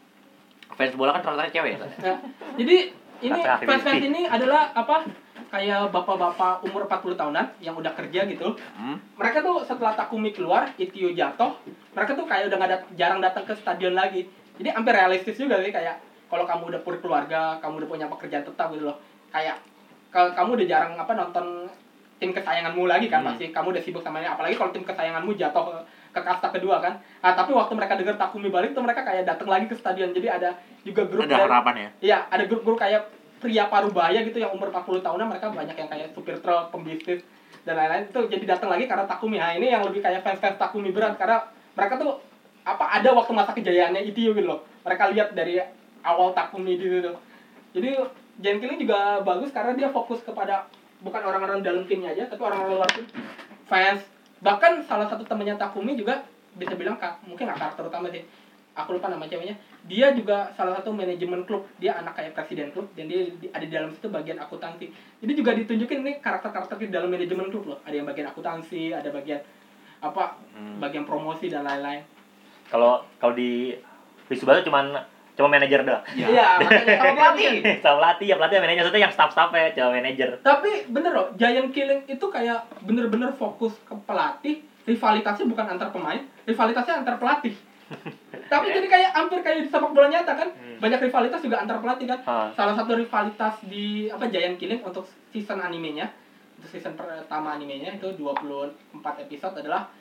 fans bola kan rata-rata cewek ya. Ya, jadi ini Rata-rata fans-fans fifty. ini adalah apa? Kayak bapak-bapak umur empat puluh tahunan yang udah kerja gitu. Hmm. Mereka tuh setelah Takumi keluar, I T U jatuh, mereka tuh kayak udah nggak dat- jarang datang ke stadion lagi. Jadi hampir realistis juga sih, kayak kalau kamu udah berkeluarga, kamu udah punya pekerjaan tetap gitu loh. Kayak kalau kamu udah jarang apa nonton tim kesayanganmu lagi kan, Hmm. pasti kamu udah sibuk sama ini. Apalagi kalau tim kesayanganmu jatuh ke, ke kasta kedua kan. Nah, tapi waktu mereka dengar Takumi balik tuh mereka kayak datang lagi ke stadion. Jadi ada juga grup Ada dari- harapan ya. Iya, ada grup-grup kayak pria parubaya gitu yang umur empat puluh tahunan, mereka banyak yang kayak supir truk, pembisnis dan lain-lain itu jadi datang lagi karena Takumi. Nah, ini yang lebih kayak fans-fans Takumi berat karena mereka tuh apa ada waktu masa kejayaannya I T U gitu loh. Mereka lihat dari awal Takumi gitu tuh. Jadi Giant Killing juga bagus karena dia fokus kepada bukan orang-orang dalam timnya aja, tapi orang-orang luar tim, fans. Bahkan salah satu temannya Takumi juga bisa bilang kak, mungkin nggak karakter utama sih. Aku lupa nama ceweknya. Dia juga salah satu manajemen klub. Dia anak kayak presiden klub dan dia di- ada di dalam situ bagian akuntansi. Jadi juga ditunjukin nih karakter-karakter di dalam manajemen klub loh. Ada yang bagian akuntansi, ada bagian apa? Hmm. Bagian promosi dan lain-lain. Kalau kalau di Wisubasa cuman cuma manajer doang. Iya, makanya Sama pelatih. Sama pelatih, ya pelatih manajer itu yang staff-staffnya, cuma manajer. Tapi bener loh, Giant Killing itu kayak bener-bener fokus ke pelatih. Rivalitasnya bukan antar pemain, rivalitasnya antar pelatih. Tapi jadi kayak hampir kayak di sepak bola nyata kan, Hmm. banyak rivalitas juga antar pelatih kan. Ah. Salah satu rivalitas di apa Giant Killing untuk season animenya, untuk season pertama animenya itu dua puluh empat episode adalah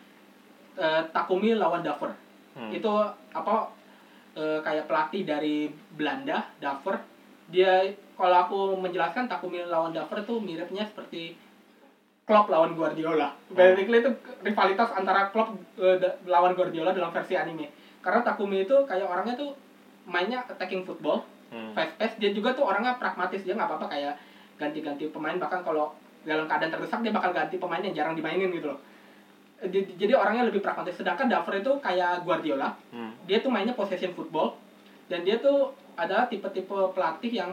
eh, Takumi lawan Daver. Hmm. Itu apa eh, kayak pelatih dari Belanda, Daver. Dia kalau aku menjelaskan Takumi lawan Daver tuh miripnya seperti Klopp lawan Guardiola. Basically itu rivalitas antara Klopp eh, da- lawan Guardiola dalam versi anime. Karena Takumi itu kayak orangnya tuh mainnya attacking football, Hmm. fast pace. Dia juga tuh orangnya pragmatis, dia nggak apa-apa kayak ganti-ganti pemain, bahkan kalau dalam keadaan terdesak dia bakal ganti pemain yang jarang dimainin gitu loh. Eh, di- Jadi orangnya lebih pragmatis. Sedangkan Daver itu kayak Guardiola, Hmm. dia tuh mainnya possession football, dan dia tuh adalah tipe-tipe pelatih yang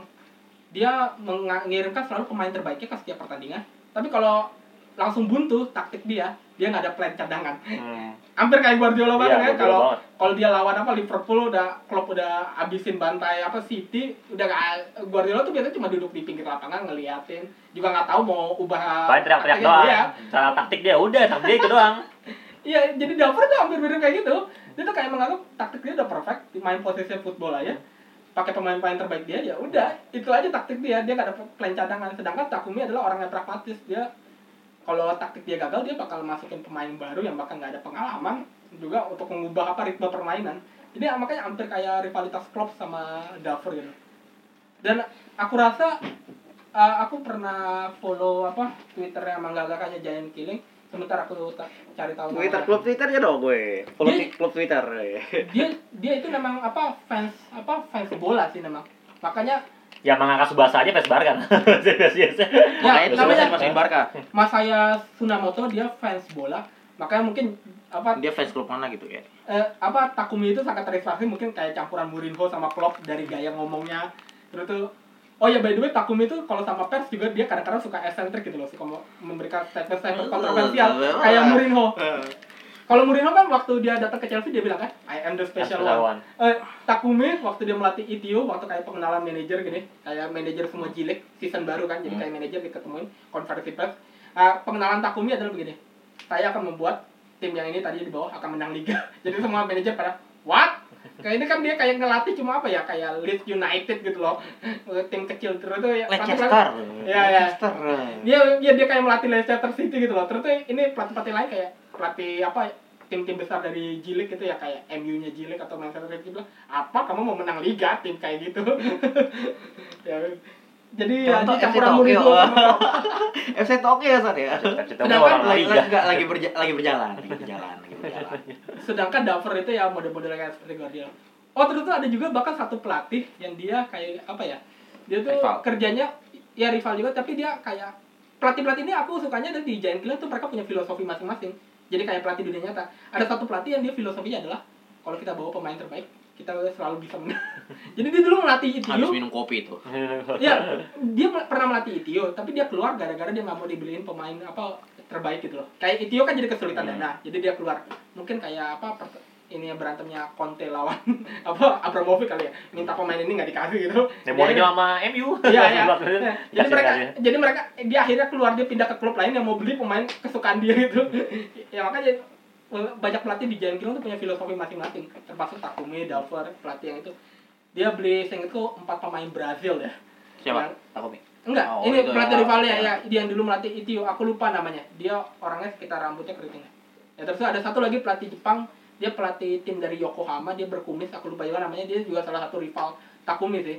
dia mengirimkan selalu pemain terbaiknya ke setiap pertandingan. Tapi kalau langsung buntu taktik dia, dia nggak ada plan cadangan. Hmm. Hampir kayak Guardiola Iya, banget ya. Guardiola Kalau banget. kalau dia lawan apa Liverpool udah Klopp udah abisin bantai apa City, udah gak, Guardiola tuh biasanya cuma duduk di pinggir lapangan ngeliatin, juga nggak tahu mau ubah. Paling teriak-teriak taktiknya. doang. Iya. Cara taktik dia udah, taktik dia itu doang. Iya, jadi Daver tuh hampir mirip kayak gitu. Dia tuh kayak menganggap taktik dia udah perfect, main possession football aja. Pakai pemain-pemain terbaik dia, ya udah, itu aja taktik dia. Dia nggak ada plan cadangan. Sedangkan Takumi adalah orang yang pragmatis. Dia kalau taktik dia gagal, dia bakal masukin pemain baru yang bahkan nggak ada pengalaman juga untuk mengubah apa ritme permainan. Jadi makanya hampir kayak rivalitas Klopp sama Daver gitu. Dan aku rasa uh, aku pernah follow apa Twitternya Mangakanya Giant Killing. Sebentar aku ta- cari tahu Twitter, namanya. klub Twitternya dong gue. Follow Dia- ti- klub Twitter. Dia dia itu memang apa fans apa fans bola sih memang. Makanya Ya Mangaka Subasa aja fans Barca kan. Biasa-biasa. ya Makanya itu namanya masukin Barca. Masaya Tsunamoto dia fans bola. Makanya mungkin apa Dia fans klub mana gitu ya? eh, apa Takumi itu sangat terinspirasi mungkin kayak campuran Mourinho sama Klopp dari gaya ngomongnya. Terus tuh oh ya by the way Takumi itu kalau sama pers juga dia kadang-kadang suka eksentrik gitu loh, suka mau memberikan statement-statement kontroversial kayak Mourinho. Kalau Mourinho kan waktu dia datang ke Chelsea dia bilang kan I am the special one. Eh, Takumi waktu dia melatih Itio waktu kayak pengenalan manajer gini, kayak manajer semua J-League season baru kan, jadi kayak manajer diketemuin konferensi pers. Nah, pengenalan Takumi adalah begini. Saya akan membuat tim yang ini tadi di bawah akan menang liga. Jadi semua manajer pada what? Kayak ini kan dia kayak ngelatih cuma apa ya, kayak Leeds United gitu loh. Tim kecil terus tuh ya Leicester. Ya ya. Leicester. Dia dia dia kayak melatih Leicester City gitu loh. Terus tuh ini pelatih-pelatih lain kayak pelatih apa tim-tim besar dari J-League gitu ya kayak M U-nya J-League atau Manchester City bilang, "Apa kamu mau menang liga tim kayak gitu?" Ya. Jadi ya Contoh di F C campuran Tokyo. Mourinho sama F C Tokyo ya, San ya. Sedangkan orang Lagi, liga. lagi, lagi, berja- lagi berjalan, lagi berjalan, lagi berjalan. sedangkan Daver itu ya model-model kayak seperti Guardiola. Oh terus tuh ada juga bahkan satu pelatih yang dia kayak apa ya? Dia tuh Rival. kerjanya ya rival juga tapi dia kayak pelatih-pelatih ini aku sukanya dari di Giant Killer tuh mereka punya filosofi masing-masing. Jadi kayak pelatih dunia nyata. Ada satu pelatih yang dia filosofinya adalah kalau kita bawa pemain terbaik, kita selalu bisa menang. Jadi dia dulu melatih Habis Itio. minum kopi itu. Ya, dia pernah melatih Itio, tapi dia keluar gara-gara dia nggak mau dibeliin pemain apa terbaik gitu loh. Kayak Itio kan jadi kesulitan Hmm. dana, jadi dia keluar. Mungkin kayak apa per- ini ya berantemnya Conte lawan apa Abramovich kali ya, minta pemain ini nggak dikasih gitu. Mourinho sama M U. Iya ya. Jadi Dikasih- mereka, dikasih. jadi mereka dia akhirnya keluar dia pindah ke klub lain yang mau beli pemain kesukaan dia gitu. Ya makanya banyak pelatih di Giant Killer tuh punya filosofi masing-masing, termasuk Takumi, Daver, pelatih yang itu. Dia beli sing itu empat pemain Brazil ya. Siapa? Yang- Takumi. Enggak, Oh, ini itu pelatih ya. rivalnya Ya. ya, dia yang dulu melatih Itio, aku lupa namanya. Dia orangnya sekitar rambutnya keriting. Ya terus ada satu lagi pelatih Jepang, dia pelatih tim dari Yokohama, dia berkumis, aku lupa juga namanya, dia juga salah satu rival Takumi sih.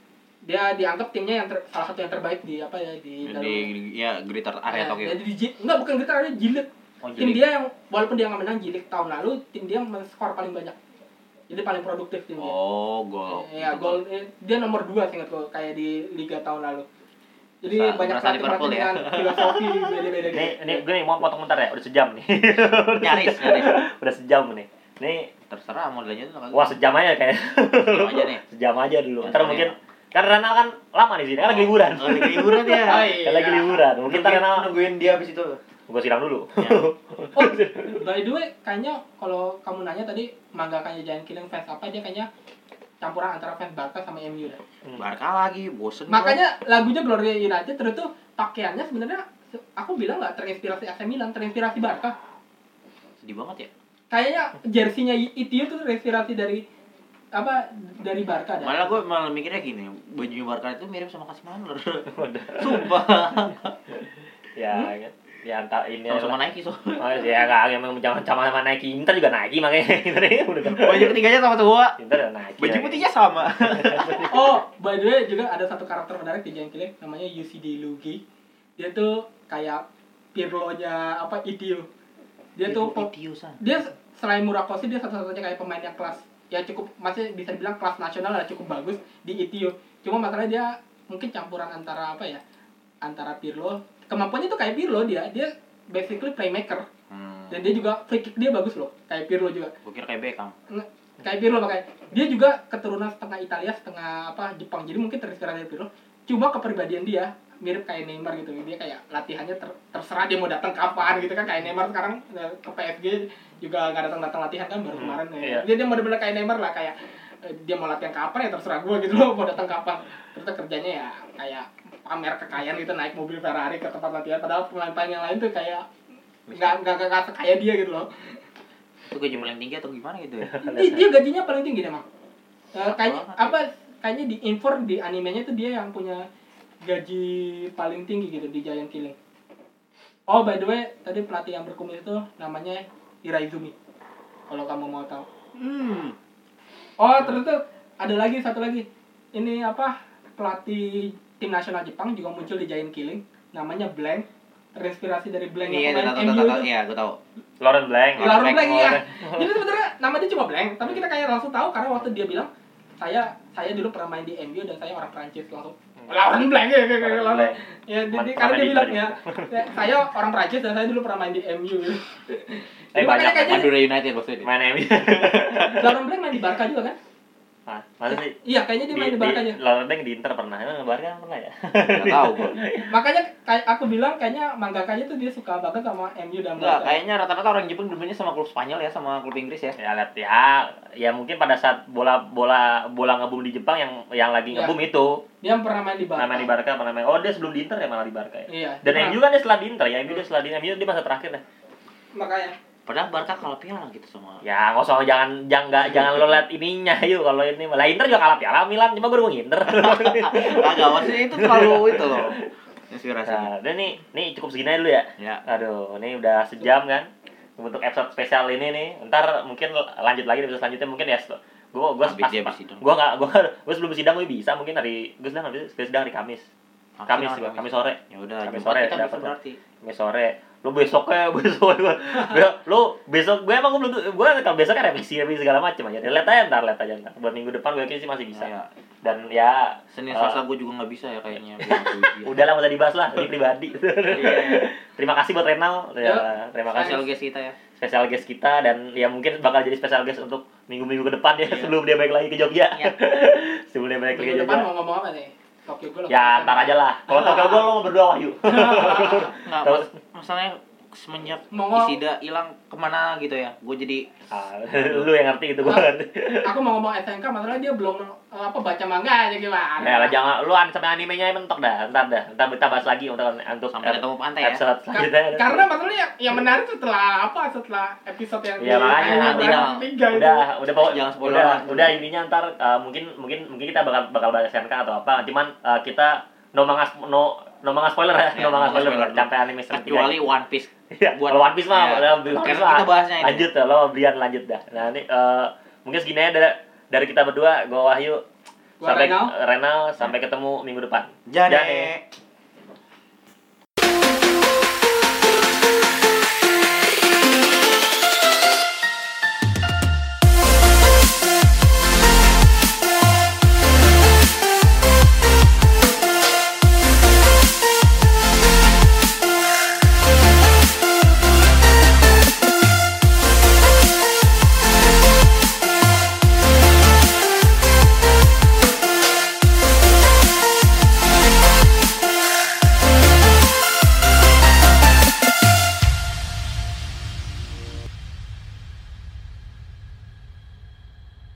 Dia dianggap timnya yang ter, salah satu yang terbaik di apa ya di Di, di ya Greater area Nah, Tokyo. jadi di J- enggak bukan kita ada J-League. Oh, Tim jadi dia yang walaupun dia nggak menang J-League tahun lalu, tim dia men-skor paling banyak. Jadi paling produktif timnya. Oh, gol. Ya, gol eh, dia nomor dua seingat gue kayak di liga tahun lalu. Jadi Berasa- banyak berasa pelatih-pelatih Liverpool ya. dengan filosofi beda-beda Nih, gitu. ini gue nih mau potong bentar ya, udah sejam nih. Nyaris, nyaris. Udah sejam nih. Nih, Terserah mau dilanjutin atau wah sejam aja kayak. Sejam aja nih. Sejam aja dulu. Ya, Ntar sorry mungkin ya. kan Renal kan lama di sini, kan lagi liburan. Oh, lagi liburan ya. Oh, iya. Kan lagi liburan. Mungkin ntar Renal nungguin dia habis itu. gue siram dulu. Ya. Oh, by the way, kayaknya kalau kamu nanya tadi mangakanya Giant Killing fans apa, dia kayaknya campuran antara fans Barca sama M U dah. Barca lagi, bosen. Makanya lagunya Gloria United terus tuh pakaiannya sebenarnya aku bilang nggak terinspirasi A C Milan, terinspirasi Barca. Sedih banget ya. Kayaknya jersinya Itio tuh terinspirasi dari apa dari Barca dah. Malah gue malah mikirnya gini, bajunya Barca itu mirip sama Kasimaner. Udah. Sumpah. Ya, kan. Ya entar ini Sama sama Nike so. Oh, ya enggak emang jangan sama sama Nike. Inter juga Nike makanya. Inter ya udah. Baju ketiganya sama tua. Inter ya Nike. Baju putihnya sama. Oh, by the way juga ada satu karakter menarik di Giant Killing namanya U C D Lugi. Dia tuh kayak Pirlo-nya apa Itio. Dia tuh po- Itiusan. dia selain Murakoshi dia satu-satunya kayak pemain yang kelas ya cukup masih bisa dibilang kelas nasional lah, cukup bagus di Itio. Cuma masalahnya dia mungkin campuran antara apa ya? Antara Pirlo, kemampuannya tuh kayak Pirlo dia. Dia basically playmaker. Hmm. Dan dia juga free kick dia bagus loh, kayak Pirlo juga. Gue kira kayak Beckham. Nge- kayak Pirlo makanya dia juga keturunan setengah Italia setengah apa Jepang, jadi mungkin terinspirasi dari Pirlo. Cuma kepribadian dia mirip kayak Neymar gitu, dia kayak latihannya ter- terserah dia mau datang kapan gitu kan, kayak Neymar sekarang eh, ke P S G juga nggak datang datang latihan kan baru Hmm, kemarin ya. iya. Dia dia benar-benar kayak Neymar lah, kayak eh, dia mau latihan kapan ya terserah gue gitu loh, mau datang kapan. Terus kerjanya ya kayak pamer kekayaan gitu, naik mobil Ferrari ke tempat latihan, padahal pemain-pemain yang lain tuh kayak nggak nggak nggak sekaya dia gitu loh. Itu gaji paling tinggi atau gimana gitu ya? Dia, dia gajinya paling tinggi deh, Mang. Uh, kayaknya banget, apa kayaknya di Infor di animenya tuh dia yang punya gaji paling tinggi gitu di Giant Killing. Oh, by the way, tadi pelatih yang berkumis itu namanya Iraizumi. Kalau kamu mau tahu. Hmm. Oh, terus tuh ada lagi satu lagi. Ini apa? Pelatih tim nasional Jepang juga muncul di Giant Killing, namanya Blank. terinspirasi dari Blank Iya, yang tahu pemain tahu M U tahu tahu. itu. Iya, gue tahu. Lauren Blanc. Lauren Blanc, Blanc iya. Lauren. Jadi sebenarnya nama dia cuma Blanc, tapi kita kayak langsung tahu karena waktu dia bilang saya saya dulu pernah main di M U dan saya orang Prancis langsung. Lauren Blanc ya kayak kayak Lauren. Ya jadi karena dia bilang ya, ya, saya orang Prancis dan saya dulu pernah main di M U gitu. Eh, Jadi banyak makanya kayaknya Madura United maksudnya. Main M U. Lauren Blanc main di Barca juga kan? Hah, masa sih? Iya, kayaknya dia main di Barca aja. Lauren Blanc di Inter pernah. Emang Barca pernah ya? Enggak tahu gue. Makanya kayak aku bilang kayaknya manggakanya tuh dia suka banget sama M U dan Enggak, Barca. kayaknya rata-rata orang Jepang bermainnya sama klub Spanyol ya, sama klub Inggris ya. Ya lihat ya, ya mungkin pada saat bola bola bola ngebum di Jepang yang yang lagi Iya. ngebum itu, Dia pernah main di Barca. nama di Barca, pernah main. Oh, dia sebelum di Inter ya malah di Barca ya. Iya. Dan dia M U kan dia setelah di Inter ya, M U dia setelah di M U dia masa terakhir deh. pernah- makanya Padahal Barca kalah piala gitu sama. Ya, nggak usah jangan jangan nggak jangan lo lihat ininya yuk kalau ini malah Inter juga kalah piala Milan, cuma gue ngomong Inter. Kagak, maksudnya itu terlalu itu loh. Inspirasinya. Nah, dan nih, nih cukup segini aja dulu ya. Ya. Aduh, ini udah sejam kan untuk episode spesial ini nih. Ntar mungkin lanjut lagi di episode selanjutnya mungkin ya. Gue gue Habis pas dia pas habis sidang. gue nggak gue gue sebelum sidang gue bisa mungkin hari gue sedang habis gue sedang hari Kamis. Kamis Sidang Kamis sore. Ya udah, Kamis Jumat sore kita dapat bisa berarti. Kamis sore. Lu besoknya besok gue lu besok gue emang gue belum gue kalau besoknya revisi revisi segala macam aja. Lihat aja ntar lihat aja ntar. Buat minggu depan gue yakin sih masih bisa. Ya, Dan ya Senin eh, Selasa gue juga nggak bisa ya kayaknya. Gua nggak ujian. udah lah, usah dibahas lah, ini pribadi. Iya. Terima kasih buat Renal. Ya, Ya. terima kasih Spesial guest kita ya. spesial guest kita dan ya mungkin bakal jadi spesial guest untuk minggu-minggu ke depan ya Iya. sebelum dia balik lagi ke Jogja. Iya. Sebelum dia balik lagi ke minggu depan Jogja. mau ngomong apa nih? Tokyo Ghoul. Ya, ntar aja lah. Kalau Tokyo Ghoul lo berdua Wahyu. Nggak, Terus? mas, masalahnya semenjak Mau ngomong- Isida hilang kemana gitu ya, gue jadi Ah, lu yang ngerti itu gua ngerti. Aku mau ngomong S N K masalah dia belum eh, apa baca manga aja gimana. Ya lah jangan lu an sampai animenya mentok dah. Ntar dah. Ntar kita bahas lagi untuk untuk sampai ketemu pantai ya. episode Ka- selanjutnya. karena masalahnya yang, yang menarik setelah apa setelah episode yang Iya, makanya anime nanti Dragon dong. tiga itu. udah udah pokok Jangan spoiler udah lah. udah intinya ntar uh, mungkin mungkin mungkin kita bakal bakal bahas S N K atau apa cuman uh, kita no manga no no manga spoiler ya, Ya, no manga no spoiler spoiler dulu. sampai anime season tiga. Kecuali One Piece. Iya, buat- kalau One Piece mah ya. udah One Piece Karena kita mah bahasnya ini. lanjut dah, lo Brian lanjut dah. Nah ini uh, mungkin segini aja dari, dari kita berdua, gue Wahyu Gua sampai Renal. Renal sampai ketemu minggu depan. Jane. Jane.